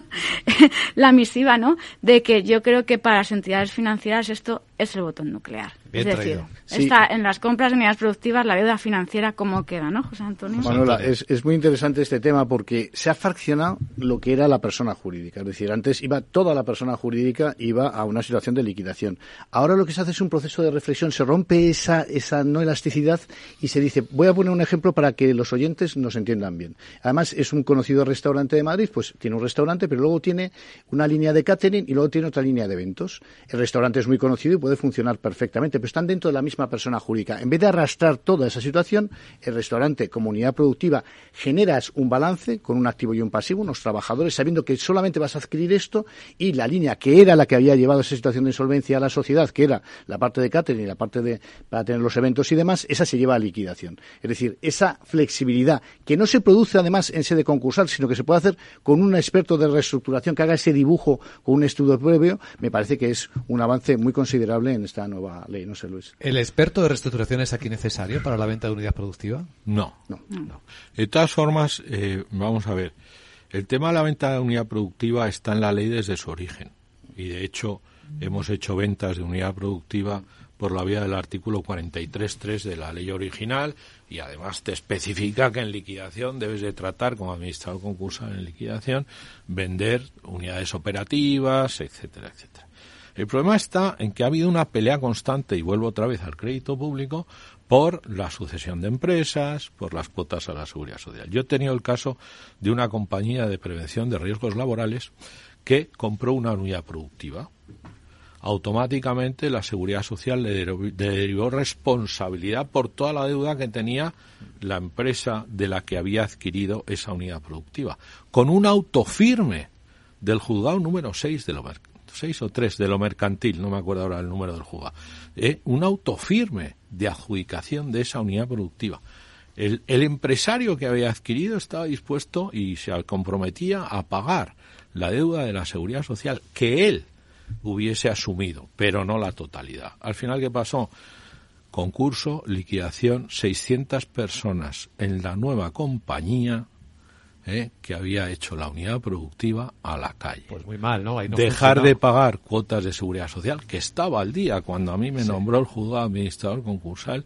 la misiva, ¿no?, de que yo creo que para las entidades financieras esto es el botón nuclear. Bien, es decir, está en las compras de unidades productivas, la deuda financiera, ¿cómo queda, no, José Antonio? Manuela, es muy interesante este tema, porque se ha fraccionado lo que era la persona jurídica. Es decir, antes toda la persona jurídica iba a una situación de liquidación. Ahora lo que se hace es un proceso de reflexión, se rompe esa no elasticidad, y se dice, voy a poner un ejemplo para que los oyentes nos entiendan bien. Además, es un conocido restaurante de Madrid, pues tiene un restaurante, pero luego tiene una línea de catering y luego tiene otra línea de eventos. El restaurante es muy conocido y puede funcionar perfectamente, pero están dentro de la misma persona jurídica. En vez de arrastrar toda esa situación, el restaurante, como unidad productiva, generas un balance con un activo y un pasivo, unos trabajadores, sabiendo que solamente vas a adquirir esto, y la línea que era la que había llevado esa situación de insolvencia a la sociedad, que era la parte de catering y la parte para tener los eventos y demás, esa se lleva a liquidación. Es decir, esa flexibilidad que no se produce además en sede concursal, sino que se puede hacer con un experto de reestructuración que haga ese dibujo con un estudio previo, me parece que es un avance muy considerable en esta nueva ley. No sé, Luis. ¿El experto de reestructuración es aquí necesario para la venta de unidad productiva? No. De todas formas, vamos a ver, el tema de la venta de unidad productiva está en la ley desde su origen, y de hecho hemos hecho ventas de unidad productiva por la vía del artículo 43.3 de la ley original, y además te especifica que en liquidación debes de tratar como administrador concursal en liquidación, vender unidades operativas, etcétera, etcétera. El problema está en que ha habido una pelea constante, y vuelvo otra vez al crédito público, por la sucesión de empresas, por las cuotas a la seguridad social. Yo he tenido el caso de una compañía de prevención de riesgos laborales que compró una unidad productiva. automáticamente la Seguridad Social le derivó responsabilidad por toda la deuda que tenía la empresa de la que había adquirido esa unidad productiva, con un autofirme del juzgado número 6 de lo 6 o 3 de lo mercantil, no me acuerdo ahora el número del juzgado, un autofirme de adjudicación de esa unidad productiva. El empresario que había adquirido estaba dispuesto y se comprometía a pagar la deuda de la Seguridad Social que él hubiese asumido, pero no la totalidad. Al final, ¿qué pasó? Concurso, liquidación, 600 personas en la nueva compañía que había hecho la unidad productiva a la calle. Pues muy mal, ¿no? Ahí no dejar funcionó. de pagar cuotas de seguridad social, que estaba al día cuando a mí me nombró el juzgado administrador concursal,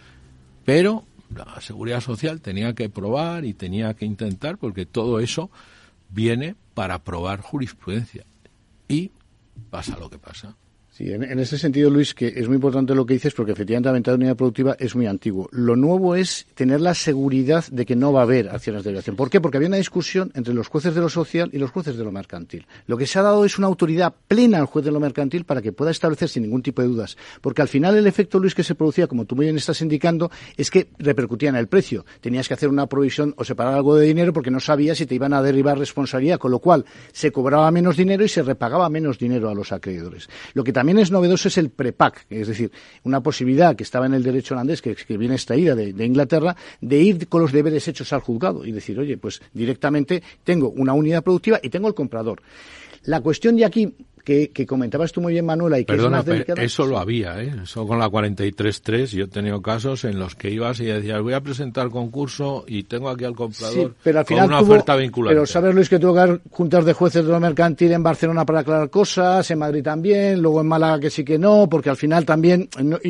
pero la seguridad social tenía que probar y tenía que intentar, porque todo eso viene para probar jurisprudencia. Y pasa lo que pasa. Sí, en ese sentido, Luis, que es muy importante lo que dices, porque efectivamente la venta de unidad productiva es muy antiguo. Lo nuevo es tener la seguridad de que no va a haber acciones de deviación. ¿Por qué? Porque había una discusión entre los jueces de lo social y los jueces de lo mercantil. Lo que se ha dado es una autoridad plena al juez de lo mercantil para que pueda establecer sin ningún tipo de dudas. Porque al final el efecto, Luis, que se producía, como tú muy bien estás indicando, es que repercutía en el precio. Tenías que hacer una provisión o separar algo de dinero porque no sabías si te iban a derribar responsabilidad, con lo cual se cobraba menos dinero y se repagaba menos dinero a los acreedores. Lo que también es novedoso es el prepack, es decir, una posibilidad que estaba en el derecho holandés, que viene extraída de Inglaterra, de ir con los deberes hechos al juzgado y decir, oye, pues directamente tengo una unidad productiva y tengo el comprador. La cuestión de aquí, que comentabas tú muy bien, Manuela, y que Perdona, es más delicada... eso lo había, eso con la 43.3, yo he tenido casos en los que ibas y decías, voy a presentar concurso y tengo aquí al comprador, sí, pero al final con una oferta vinculante. Pero sabes, Luis, que tuvo que haber juntas de jueces de lo mercantil en Barcelona para aclarar cosas, en Madrid también, luego en Málaga que sí que no, porque al final también,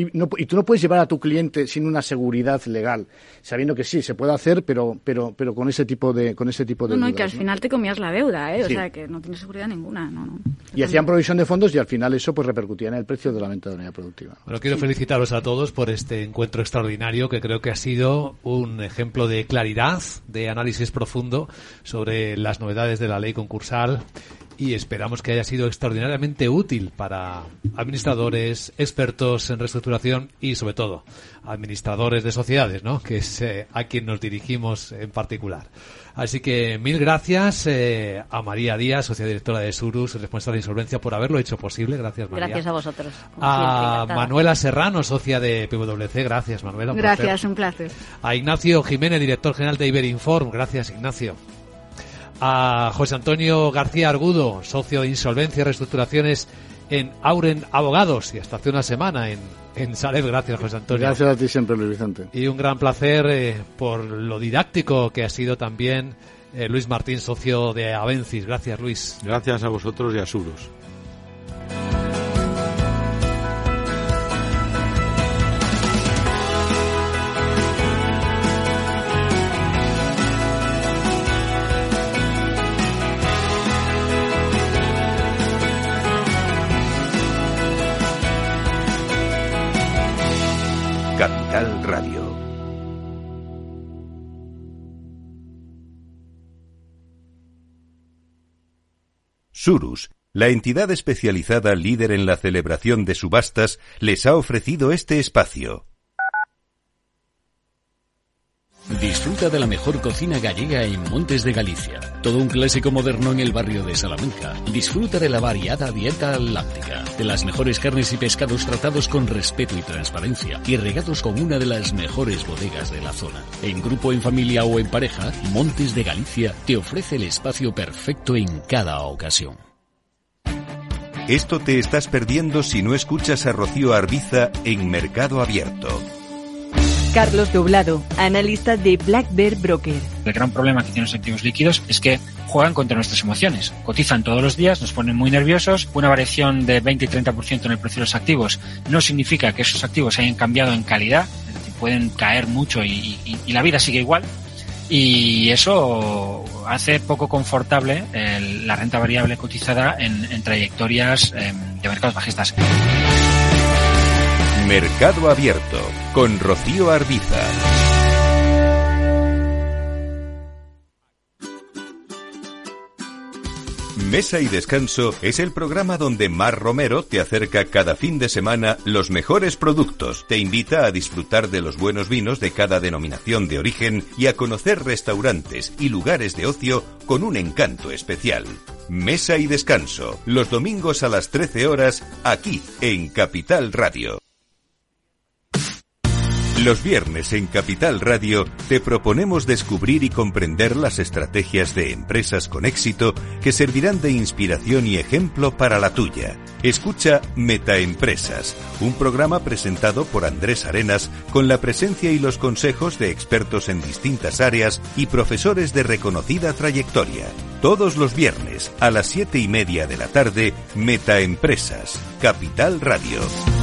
y tú no puedes llevar a tu cliente sin una seguridad legal, sabiendo que sí, se puede hacer, pero con ese tipo de No, dudas, y que al final te comías la deuda, Sí. O sea, que no tienes seguridad ninguna, no. Y hacían provisión de fondos y al final eso pues repercutía en el precio de la venta de unidad productiva. Bueno, quiero felicitaros a todos por este encuentro extraordinario que creo que ha sido un ejemplo de claridad, de análisis profundo sobre las novedades de la ley concursal y esperamos que haya sido extraordinariamente útil para administradores, expertos en reestructuración y sobre todo administradores de sociedades, ¿no? Que es a quien nos dirigimos en particular. Así que mil gracias a María Díaz, socia directora de Surus, responsable de insolvencia, por haberlo hecho posible. Gracias, María. Gracias a vosotros. A Manuela Serrano, socia de PwC. Gracias, Manuela. Gracias, un placer. A Ignacio Jiménez, director general de Iberinform. Gracias, Ignacio. A José Antonio García Argudo, socio de insolvencia y reestructuraciones en Auren Abogados, y hasta hace una semana en Salef. Gracias, José Antonio. Gracias a ti siempre, Luis Vicente. Y un gran placer por lo didáctico que ha sido también Luis Martín, socio de Avencis. Gracias, Luis. Gracias a vosotros y a Surus. Capital Radio. Surus, la entidad especializada líder en la celebración de subastas, les ha ofrecido este espacio. Disfruta de la mejor cocina gallega en Montes de Galicia. Todo un clásico moderno en el barrio de Salamanca. Disfruta de la variada dieta láctica, de las mejores carnes y pescados tratados con respeto y transparencia y regados con una de las mejores bodegas de la zona. En grupo, en familia o en pareja, Montes de Galicia te ofrece el espacio perfecto en cada ocasión. Esto te estás perdiendo si no escuchas a Rocío Arbiza en Mercado Abierto. Carlos Doblado, analista de Black Bear Broker. El gran problema que tienen los activos líquidos es que juegan contra nuestras emociones. Cotizan todos los días, nos ponen muy nerviosos. Una variación de 20 y 30% en el precio de los activos no significa que esos activos hayan cambiado en calidad. Es decir, pueden caer mucho y la vida sigue igual. Y eso hace poco confortable la renta variable cotizada en trayectorias de mercados bajistas. Mercado Abierto, con Rocío Arbiza. Mesa y Descanso es el programa donde Mar Romero te acerca cada fin de semana los mejores productos, te invita a disfrutar de los buenos vinos de cada denominación de origen y a conocer restaurantes y lugares de ocio con un encanto especial. Mesa y Descanso, los domingos a las 13 horas, aquí en Capital Radio. Los viernes en Capital Radio te proponemos descubrir y comprender las estrategias de empresas con éxito que servirán de inspiración y ejemplo para la tuya. Escucha Metaempresas, un programa presentado por Andrés Arenas con la presencia y los consejos de expertos en distintas áreas y profesores de reconocida trayectoria. Todos los viernes a las 7:30 de la tarde, Metaempresas, Capital Radio.